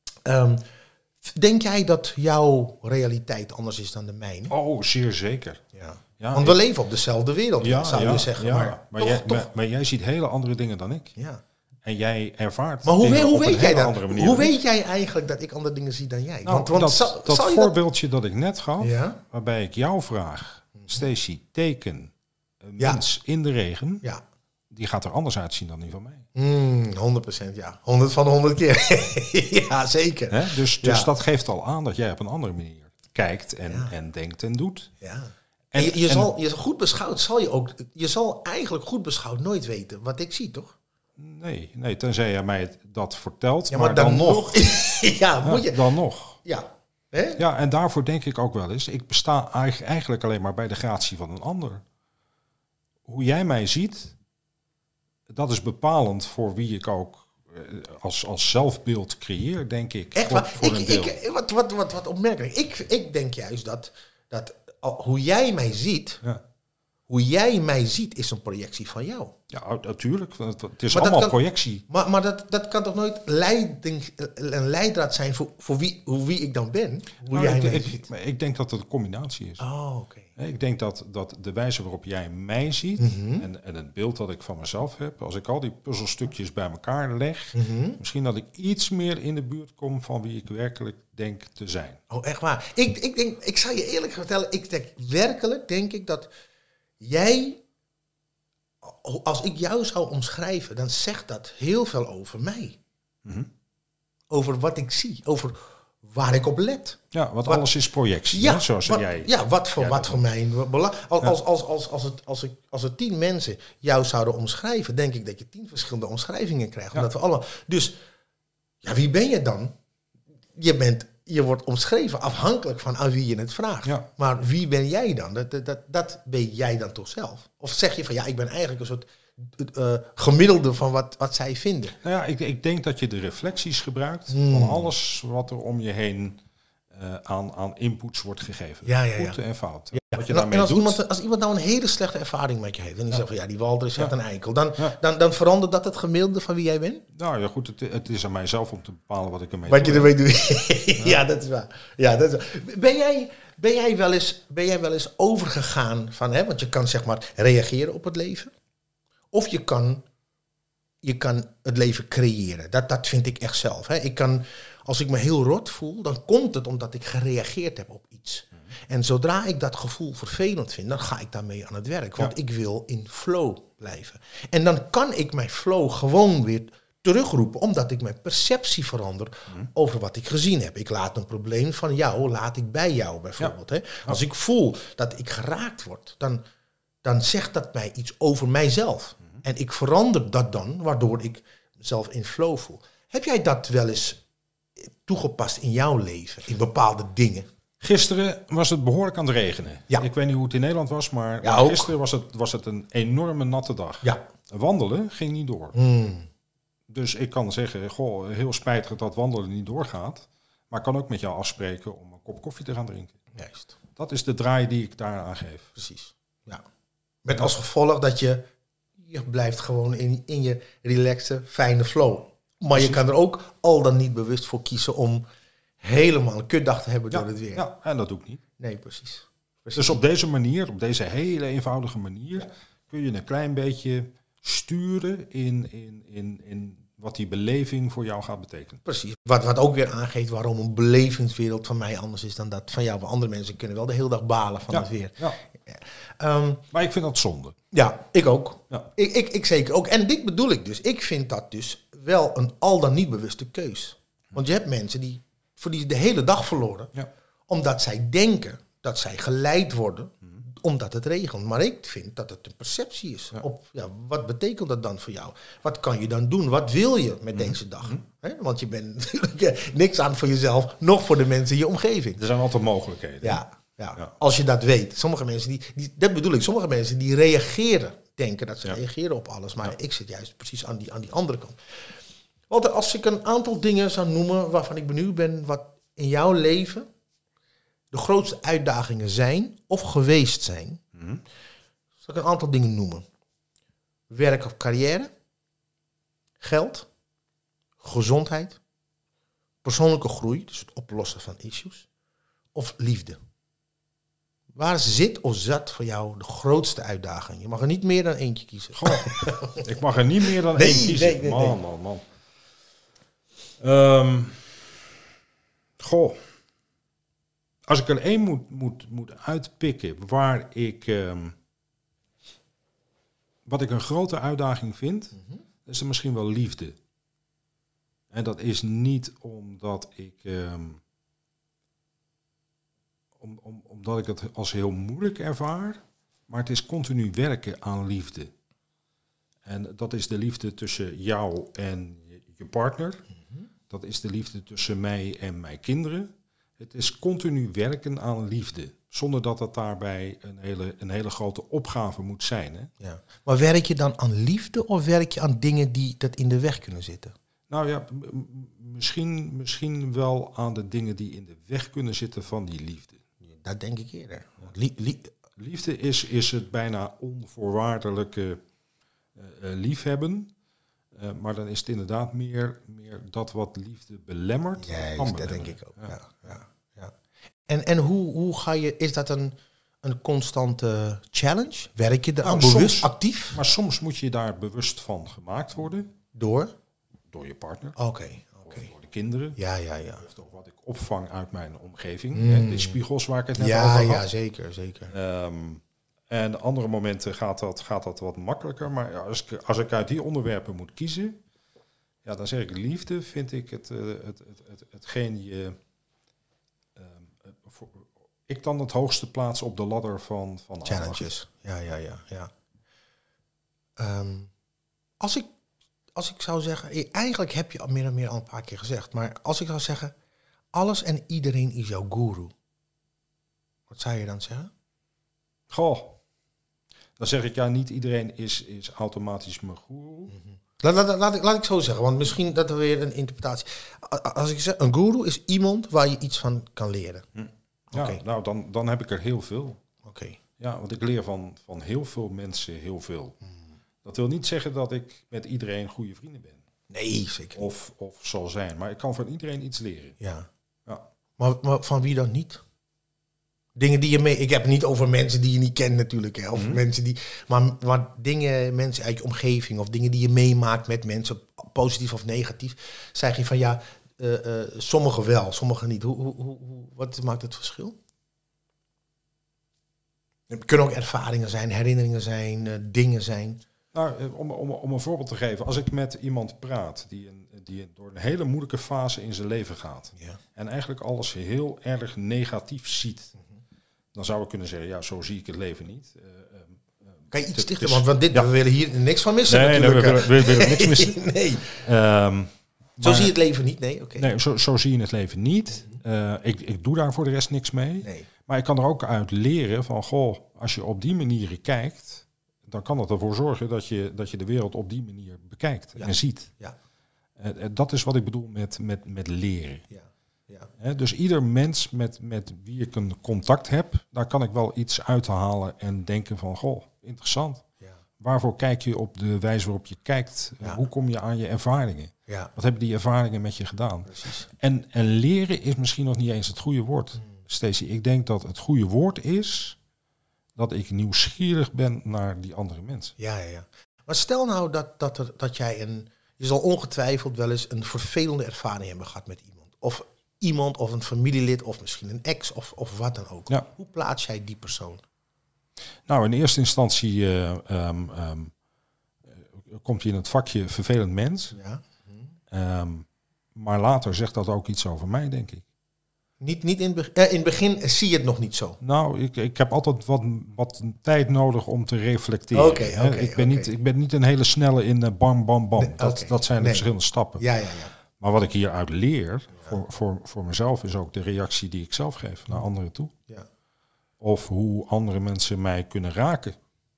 denk jij dat jouw realiteit anders is dan de mijne? Oh, zeer zeker. Ja, want we leven op dezelfde wereld, zou je zeggen. Ja. Maar jij ziet hele andere dingen dan ik. Ja. En jij ervaart maar hoe weet jij dat? Manier. Hoe weet jij eigenlijk dat ik andere dingen zie dan jij? Nou, want dat voorbeeldje dat ik net gaf, waarbij ik jou vraag, Stacey, teken een mens in de regen, die gaat er anders uitzien dan die van mij. 100%, ja. 100 van de 100 keer. Ja, zeker. Hè? Dus dat geeft al aan dat jij op een andere manier kijkt en denkt en doet. Ja. En je zal goed beschouwd, je zal eigenlijk goed beschouwd nooit weten wat ik zie, toch? Nee, tenzij jij mij dat vertelt, maar dan nog. Moet je... Dan nog. Ja. Hè? Ja, en daarvoor denk ik ook wel eens, ik besta eigenlijk alleen maar bij de gratie van een ander. Hoe jij mij ziet, dat is bepalend voor wie ik ook als zelfbeeld creëer, denk ik. Echt waar? Voor een deel. Wat opmerkelijk. Ik denk juist dat hoe jij mij ziet... Ja. Hoe jij mij ziet is een projectie van jou. Ja, natuurlijk. Het is allemaal projectie. Maar dat kan toch nooit een leidraad zijn voor wie ik dan ben? Hoe jij mij ziet? Ik denk dat het een combinatie is. Oh, oké. Ik denk dat de wijze waarop jij mij ziet en het beeld dat ik van mezelf heb, als ik al die puzzelstukjes bij elkaar leg, misschien dat ik iets meer in de buurt kom van wie ik werkelijk denk te zijn. Oh, echt waar? Ik zal je eerlijk vertellen, denk ik dat jij, als ik jou zou omschrijven, dan zegt dat heel veel over mij. Over wat ik zie, over waar ik op let. Ja, want alles is projectie, hè, zoals jij... Ja, wat voor mij belang... Als er 10 mensen jou zouden omschrijven, denk ik dat je 10 verschillende omschrijvingen krijgt. Omdat we allemaal... Dus, wie ben je dan? Je wordt omschreven afhankelijk van aan wie je het vraagt. Ja. Maar wie ben jij dan? Dat ben jij dan toch zelf? Of zeg je van ik ben eigenlijk een soort gemiddelde van wat zij vinden? Nou ja, ik denk dat je de reflecties gebruikt van alles wat er om je heen aan inputs wordt gegeven. Goed en fout. Ja. Wat je daarmee doet. Als iemand nou een hele slechte ervaring met je heeft en die zegt van die Walter is echt een eikel, dan verandert dat het gemiddelde van wie jij bent? Nou ja, goed, het is aan mijzelf om te bepalen wat ik ermee doe. Wat je ermee doet. Ja, dat is waar. Ben jij wel eens overgegaan van, want je kan zeg maar reageren op het leven, of je kan het leven creëren. Dat vind ik echt zelf. Als ik me heel rot voel, dan komt het omdat ik gereageerd heb op iets. En zodra ik dat gevoel vervelend vind, dan ga ik daarmee aan het werk. Want ik wil in flow blijven. En dan kan ik mijn flow gewoon weer terugroepen, omdat ik mijn perceptie verander over wat ik gezien heb. Ik laat een probleem van jou, laat ik bij jou bijvoorbeeld. Hè? Als ik voel dat ik geraakt word, dan zegt dat mij iets over mijzelf. En ik verander dat dan, waardoor ik mezelf in flow voel. Heb jij dat wel eens toegepast in jouw leven, in bepaalde dingen? Gisteren was het behoorlijk aan het regenen. Ja. Ik weet niet hoe het in Nederland was, maar gisteren was het een enorme natte dag. Ja. Wandelen ging niet door. Dus ik kan zeggen, heel spijtig dat wandelen niet doorgaat. Maar ik kan ook met jou afspreken om een kop koffie te gaan drinken. Juist. Dat is de draai die ik daar aan geef. Precies. Ja. Met als gevolg dat je blijft gewoon in je relaxe, fijne flow. Maar precies. Je kan er ook al dan niet bewust voor kiezen om helemaal een kutdag te hebben door het weer. Ja, en dat doe ik niet. Nee, precies. Dus op deze manier, op deze hele eenvoudige manier, kun je een klein beetje sturen in wat die beleving voor jou gaat betekenen. Precies. Wat ook weer aangeeft waarom een belevingswereld van mij anders is dan dat van jou. Want andere mensen kunnen wel de hele dag balen van het weer. Ja. Maar ik vind dat zonde. Ja, ik ook. Ja. Ik zeker ook. En dit bedoel ik dus. Ik vind dat dus wel een al dan niet bewuste keus. Want je hebt mensen die de hele dag verloren. Ja. Omdat zij denken dat zij geleid worden omdat het regent. Maar ik vind dat het een perceptie is. Ja. Wat betekent dat dan voor jou? Wat kan je dan doen? Wat wil je met deze dag? Want je bent natuurlijk niks aan voor jezelf, nog voor de mensen in je omgeving. Er zijn altijd mogelijkheden. Ja. Als je dat weet. Sommige mensen dat bedoel ik, sommige mensen die reageren, denken dat ze reageren op alles. Maar ik zit juist precies aan die andere kant. Want als ik een aantal dingen zou noemen waarvan ik benieuwd ben wat in jouw leven de grootste uitdagingen zijn of geweest zijn, zal ik een aantal dingen noemen. Werk of carrière, geld, gezondheid, persoonlijke groei, dus het oplossen van issues, of liefde. Waar zit of zat voor jou de grootste uitdaging? Je mag er niet meer dan eentje kiezen. Ik mag er niet meer dan één kiezen. Nee. Man. Als ik er één moet uitpikken waar wat ik een grote uitdaging vind, is er misschien wel liefde. En dat is niet omdat ik omdat ik het als heel moeilijk ervaar, maar het is continu werken aan liefde. En dat is de liefde tussen jou en je partner. Dat is de liefde tussen mij en mijn kinderen. Het is continu werken aan liefde. Zonder dat het daarbij een hele grote opgave moet zijn. Hè? Ja. Maar werk je dan aan liefde of werk je aan dingen die dat in de weg kunnen zitten? Nou ja, misschien wel aan de dingen die in de weg kunnen zitten van die liefde. Dat denk ik eerder. Liefde is het bijna onvoorwaardelijke liefhebben. Maar dan is het inderdaad meer dat wat liefde belemmert. Ja, dat denk ik ook. Ja. En hoe ga je, is dat een constante challenge? Werk je er bewust actief? Maar soms moet je daar bewust van gemaakt worden. Door je partner. Oké. Door de kinderen. Ja. Of door wat ik opvang uit mijn omgeving. De spiegels waar ik het net over had. Ja, zeker. En andere momenten gaat dat wat makkelijker. Maar als ik uit die onderwerpen moet kiezen, dan zeg ik liefde vind ik hetgeen je ik dan het hoogste plaats op de ladder van challenges. Ja. Als ik zou zeggen, eigenlijk heb je meer en meer al een paar keer gezegd, maar als ik zou zeggen, alles en iedereen is jouw guru. Wat zou je dan zeggen? Dan zeg ik niet iedereen is automatisch mijn guru. Laat ik zo zeggen, want misschien dat er weer een interpretatie. Als ik zeg, een guru is iemand waar je iets van kan leren. Ja, nou dan heb ik er heel veel. Oké. Ja, want ik leer van heel veel mensen heel veel. Dat wil niet zeggen dat ik met iedereen goede vrienden ben. Nee, zeker niet. Of zal zijn, maar ik kan van iedereen iets leren. Ja. Maar van wie dan niet? Dingen die je mee... Ik heb het niet over mensen die je niet kent natuurlijk. Hè, of mensen die... Maar mensen uit je omgeving of dingen die je meemaakt met mensen, positief of negatief, zeg je van sommigen wel, sommigen niet. Wat maakt het verschil? Het kunnen ook ervaringen zijn, herinneringen zijn, dingen zijn. Nou, om een voorbeeld te geven. Als ik met iemand praat die door een hele moeilijke fase in zijn leven gaat. Ja. En eigenlijk alles heel erg negatief ziet. Dan zou ik kunnen zeggen, ja, zo zie ik het leven niet. Kan je iets dichter, want we willen hier niks van missen natuurlijk. Nee, we willen niks missen. Nee. Zo zie je het leven niet, nee? Okay. Nee, zo zie je het leven niet. Ik doe daar voor de rest niks mee. Nee. Maar ik kan er ook uit leren van, goh, als je op die manier kijkt, dan kan dat ervoor zorgen dat je de wereld op die manier bekijkt en ziet. Ja. Dat is wat ik bedoel met leren. Ja. Dus ieder mens met wie ik een contact heb, daar kan ik wel iets uithalen en denken van, goh, interessant. Ja. Waarvoor kijk je op de wijze waarop je kijkt? Ja. Hoe kom je aan je ervaringen? Ja. Wat hebben die ervaringen met je gedaan? Precies. En leren is misschien nog niet eens het goede woord, Stacey. Ik denk dat het goede woord is dat ik nieuwsgierig ben naar die andere mensen. Ja. Maar stel nou dat jij je zal ongetwijfeld wel eens een vervelende ervaring hebben gehad met iemand of een familielid of misschien een ex of wat dan ook. Ja. Hoe plaats jij die persoon? Nou, in eerste instantie komt hij in het vakje vervelend mens. Ja. Maar later zegt dat ook iets over mij, denk ik. Niet in het begin zie je het nog niet zo. Nou, ik heb altijd wat tijd nodig om te reflecteren. Ik ben niet een hele snelle in bam, bam, bam. Nee, dat zijn de verschillende stappen. Ja. Maar wat ik hieruit leer, voor mezelf, is ook de reactie die ik zelf geef naar anderen toe. Ja. Of hoe andere mensen mij kunnen raken.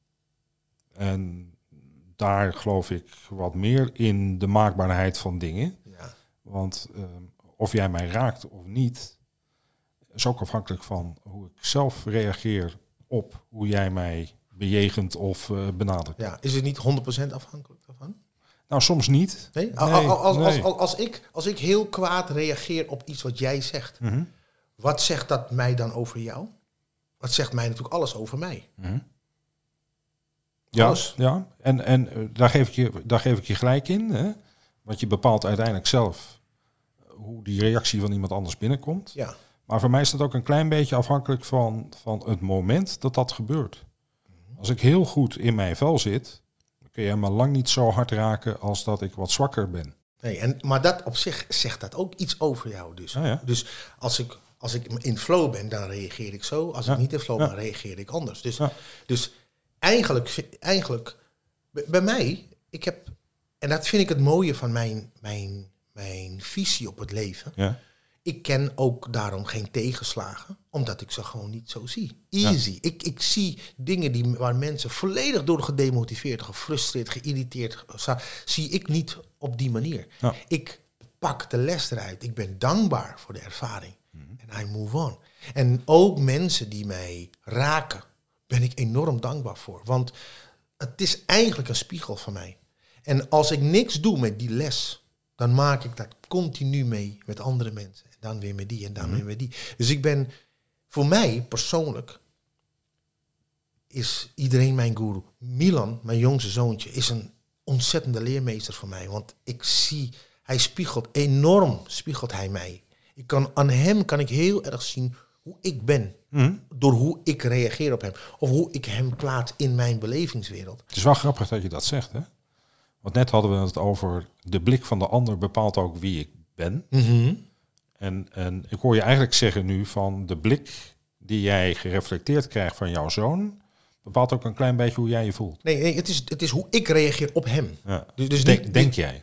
En daar geloof ik wat meer in de maakbaarheid van dingen. Ja. Want of jij mij raakt of niet, is ook afhankelijk van hoe ik zelf reageer op hoe jij mij bejegent of benadert. Ja. Is het niet 100% afhankelijk daarvan? Nou, soms niet. Nee? Als ik heel kwaad reageer op iets wat jij zegt, wat zegt dat mij dan over jou? Wat zegt mij natuurlijk alles over mij? Ja. En daar geef ik je gelijk in. Hè? Want je bepaalt uiteindelijk zelf hoe die reactie van iemand anders binnenkomt. Ja. Maar voor mij is dat ook een klein beetje afhankelijk van het moment dat gebeurt. Als ik heel goed in mijn vel zit, dan kun je me lang niet zo hard raken als dat ik wat zwakker ben. Nee, maar dat op zich zegt dat ook iets over jou dus. Ja. Dus als ik in flow ben, dan reageer ik zo. Als ik niet in flow ben, reageer ik anders. Dus eigenlijk bij mij, en dat vind ik het mooie van mijn visie op het leven. Ja. Ik ken ook daarom geen tegenslagen, omdat ik ze gewoon niet zo zie. Easy. Ja. Ik zie dingen waar mensen volledig door gedemotiveerd, gefrustreerd, geïrriteerd, zie ik niet op die manier. Ja. Ik pak de les eruit. Ik ben dankbaar voor de ervaring. En I move on. En ook mensen die mij raken, ben ik enorm dankbaar voor. Want het is eigenlijk een spiegel van mij. En als ik niks doe met die les, dan maak ik dat continu mee met andere mensen. En dan weer met die en dan weer met die. Dus voor mij persoonlijk, is iedereen mijn guru. Milan, mijn jongste zoontje, is een ontzettende leermeester voor mij. Want ik zie, hij spiegelt hij mij. Aan hem kan ik heel erg zien hoe ik ben. Door hoe ik reageer op hem. Of hoe ik hem plaats in mijn belevingswereld. Het is wel grappig dat je dat zegt, hè? Want net hadden we het over de blik van de ander bepaalt ook wie ik ben. En ik hoor je eigenlijk zeggen nu van de blik die jij gereflecteerd krijgt van jouw zoon bepaalt ook een klein beetje hoe jij je voelt. Nee, het is hoe ik reageer op hem. Ja. Dus denk jij?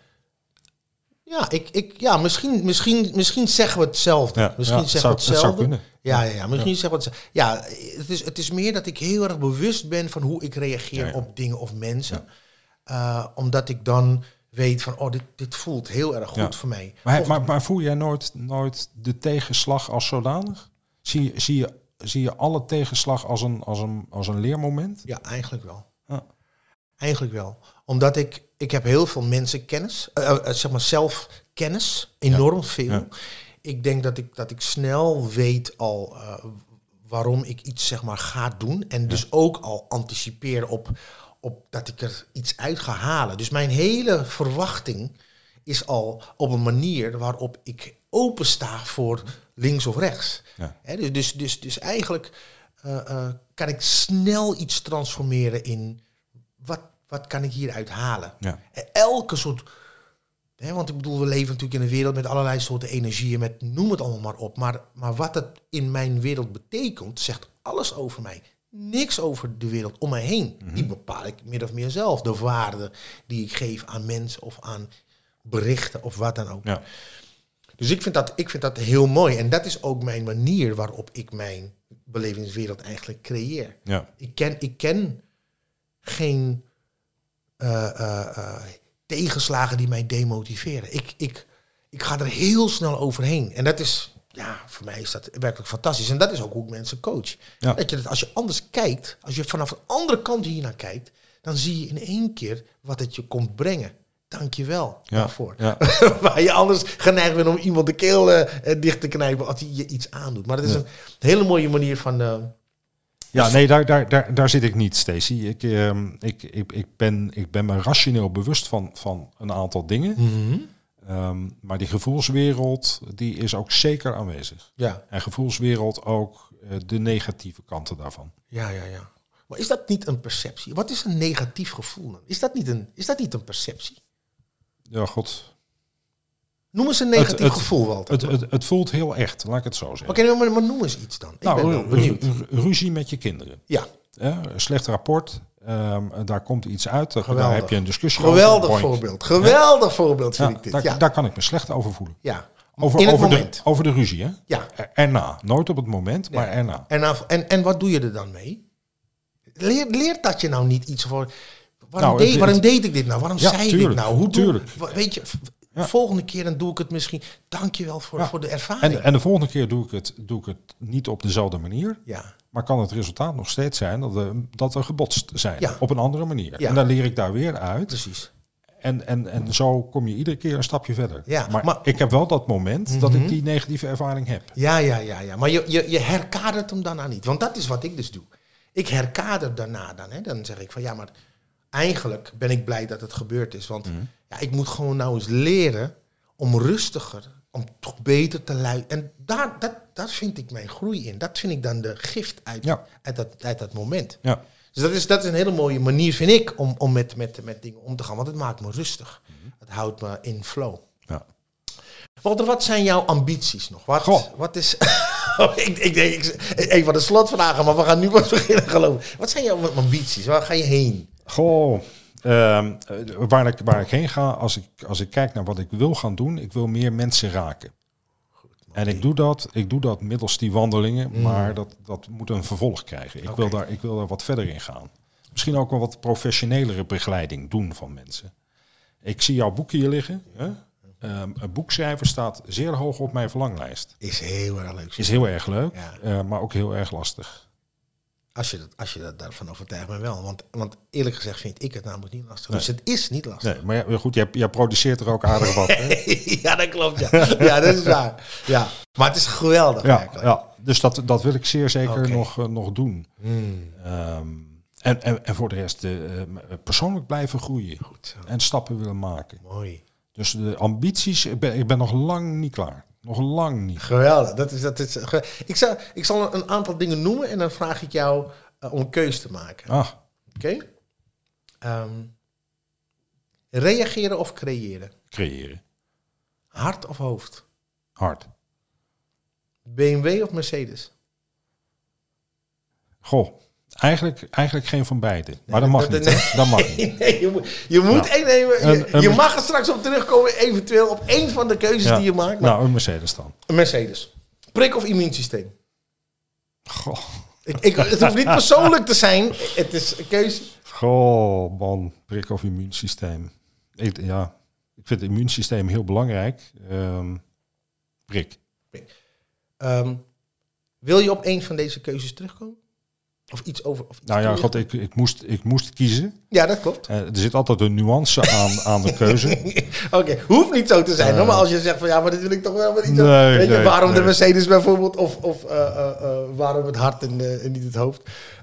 Ja, misschien zeggen we hetzelfde. Ja, misschien zeggen we hetzelfde. Het zou kunnen. Ja, misschien zeggen we hetzelfde. Ja, het is meer dat ik heel erg bewust ben van hoe ik reageer op dingen of mensen. Ja. Omdat ik dan weet van, dit voelt heel erg goed voor mij. Maar voel jij nooit de tegenslag als zodanig? Zie je alle tegenslag als een leermoment? Ja, eigenlijk wel. Eigenlijk wel. Omdat ik heb heel veel mensenkennis, zelfkennis, enorm veel. Ja. Ik denk dat ik snel weet al waarom ik iets ga doen. En dus ook al anticipeer op dat ik er iets uit ga halen. Dus mijn hele verwachting is al op een manier waarop ik opensta voor links of rechts. Ja. Dus eigenlijk kan ik snel iets transformeren in wat kan ik hieruit halen. Ja. Elke soort... want ik bedoel, we leven natuurlijk in een wereld met allerlei soorten energieën, met noem het allemaal maar op. Maar wat het in mijn wereld betekent, zegt alles over mij. Niks over de wereld om mij heen. Die bepaal ik min of meer zelf. De waarde die ik geef aan mensen of aan berichten of wat dan ook. Ja. Dus ik vind dat heel mooi. En dat is ook mijn manier waarop ik mijn belevingswereld eigenlijk creëer. Ja. Ik ken geen tegenslagen die mij demotiveren. Ik ga er heel snel overheen. En dat is, voor mij is dat werkelijk fantastisch. En dat is ook hoe ik mensen coach. Ja. Dat je dat als je anders kijkt, als je vanaf een andere kant hiernaar kijkt, dan zie je in één keer wat het je komt brengen. Dank je wel daarvoor. Ja. Waar je anders geneigd bent om iemand de keel dicht te knijpen als hij je iets aandoet. Maar dat is een hele mooie manier van... nee, daar zit ik niet, Stacey. Ik ben me rationeel bewust van een aantal dingen. Mm-hmm. Maar die gevoelswereld, die is ook zeker aanwezig. Ja. En gevoelswereld ook de negatieve kanten daarvan. Ja. Maar is dat niet een perceptie? Wat is een negatief gevoel dan? Is dat niet een perceptie? Ja, god. Noem eens een negatief gevoel, Walter. Het voelt heel echt, laat ik het zo zeggen. Oké, maar noem eens iets dan. Ik ben wel benieuwd. Ruzie met je kinderen. Ja. Een slecht rapport. Daar komt iets uit. Daar heb je een discussie Geweldig over. Voorbeeld. Geweldig voorbeeld vind ik dit. Daar kan ik me slecht over voelen. Ja. Over de ruzie, hè? Ja. Erna. Nooit op het moment, maar erna. En wat doe je er dan mee? Leert dat je nou niet iets voor... Waarom deed ik dit nou? Waarom zei ik dit nou? Weet je... De volgende keer dan doe ik het misschien. Dank je wel voor de ervaring. En de volgende keer doe ik het niet op dezelfde manier. Ja. Maar kan het resultaat nog steeds zijn dat we gebotst zijn. Ja. Op een andere manier. Ja. En dan leer ik daar weer uit. Precies. En zo kom je iedere keer een stapje verder. Ja, maar ik heb wel dat moment dat ik die negatieve ervaring heb. Ja. Maar je herkadert hem daarna niet. Want dat is wat ik dus doe. Ik herkader daarna dan. Hè. Dan zeg ik van maar eigenlijk ben ik blij dat het gebeurd is. Want ik moet gewoon nou eens leren om rustiger, om toch beter te luisteren. En daar vind ik mijn groei in. Dat vind ik dan de gift uit dat moment. Ja. Dus dat is een hele mooie manier, vind ik, om met dingen om te gaan. Want het maakt me rustig. Het houdt me in flow. Ja. Walter, wat zijn jouw ambities nog? Wat is... ik denk, even de slotvragen, maar we gaan nu pas beginnen, geloof ik. Wat zijn jouw ambities? Waar ga je heen? Waar ik heen ga, als ik kijk naar wat ik wil gaan doen, ik wil meer mensen raken. Goed, en ik doe dat middels die wandelingen, maar dat moet een vervolg krijgen. Ik wil daar wat verder in gaan. Misschien ook wel wat professionelere begeleiding doen van mensen. Ik zie jouw boek hier liggen. Hè? Een boekschrijver staat zeer hoog op mijn verlanglijst. Is heel erg leuk. Is heel erg leuk, maar ook heel erg lastig. Als je dat daarvan overtuigt, me wel. Want eerlijk gezegd vind ik het namelijk niet lastig. Nee. Dus het is niet lastig. Nee, maar goed, jij produceert er ook aardig wat. Hè? Ja, dat klopt. Ja, dat is waar. Ja. Maar het is geweldig. Ja. Dus dat wil ik zeer zeker nog doen. En voor de rest persoonlijk blijven groeien. Goed, en stappen willen maken. Mooi. Dus de ambities, ik ben nog lang niet klaar. Nog lang niet. Geweldig. Dat is, ik zal een aantal dingen noemen en dan vraag ik jou om een keuze te maken. Oké? Reageren of creëren? Creëren. Hart of hoofd? Hart. BMW of Mercedes? Eigenlijk geen van beide. Maar dat mag niet. Dat mag niet. Nee, je moet één nemen. Je mag er straks op terugkomen, eventueel op één van de keuzes die je maakt. Maar een Mercedes dan. Een Mercedes. Prik of immuunsysteem? Het hoeft niet persoonlijk te zijn. Het is een keuze. Man. Prik of immuunsysteem. Ik vind het immuunsysteem heel belangrijk. Prik. Wil je op één van deze keuzes terugkomen? Of iets over... Of iets ik moest kiezen. Ja, dat klopt. Er zit altijd een nuance aan de keuze. Oké, hoeft niet zo te zijn. Maar als je zegt van maar dit wil ik toch wel iets... Waarom de Mercedes bijvoorbeeld? Of waarom het hart en niet het hoofd?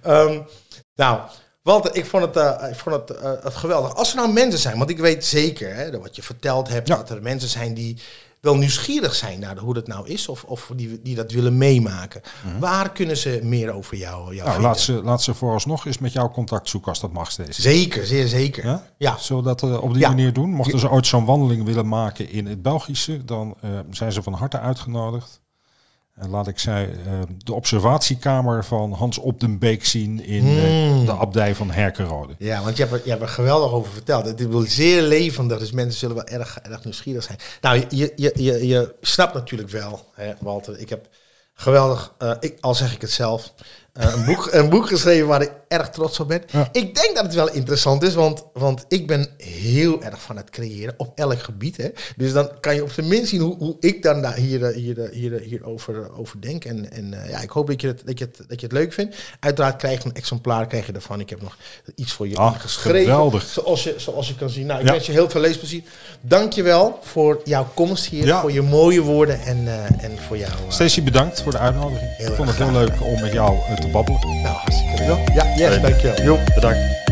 Walter, ik vond het geweldig. Als er nou mensen zijn, want ik weet zeker wat je verteld hebt, dat er mensen zijn die wel nieuwsgierig zijn naar hoe dat nou is, of die dat willen meemaken. Waar kunnen ze meer over jou vinden? Laat ze vooralsnog eens met jou contact zoeken als dat mag steeds. Zeker, zeer zeker. Ja? Zullen we dat op die manier doen? Mochten ze ooit zo'n wandeling willen maken in het Belgische, dan zijn ze van harte uitgenodigd. En laat ik de observatiekamer van Hans Op den Beek zien in de abdij van Herkenrode. Ja, want je hebt er geweldig over verteld. Het is zeer levendig, dus mensen zullen wel erg nieuwsgierig zijn. Nou, je snapt natuurlijk wel, hè, Walter. Ik heb geweldig, al zeg ik het zelf, een boek geschreven waar ik erg trots op ben. Ja. Ik denk dat het wel interessant is, want ik ben heel erg van het creëren op elk gebied. Hè. Dus dan kan je op zijn minst zien hoe ik dan hierover denk. En ik hoop dat je het leuk vindt. Uiteraard krijg je een exemplaar ervan. Ik heb nog iets voor je geschreven. Geweldig. Zoals je kan zien. Nou, ik wens je heel veel leesplezier. Dank je wel voor jouw komst hier, voor je mooie woorden en voor jou. Stacey, bedankt voor de uitnodiging. Ik vond het heel leuk om met jou te babbelen. Nou, hartstikke leuk. Ja, yes, dankjewel. Bedankt.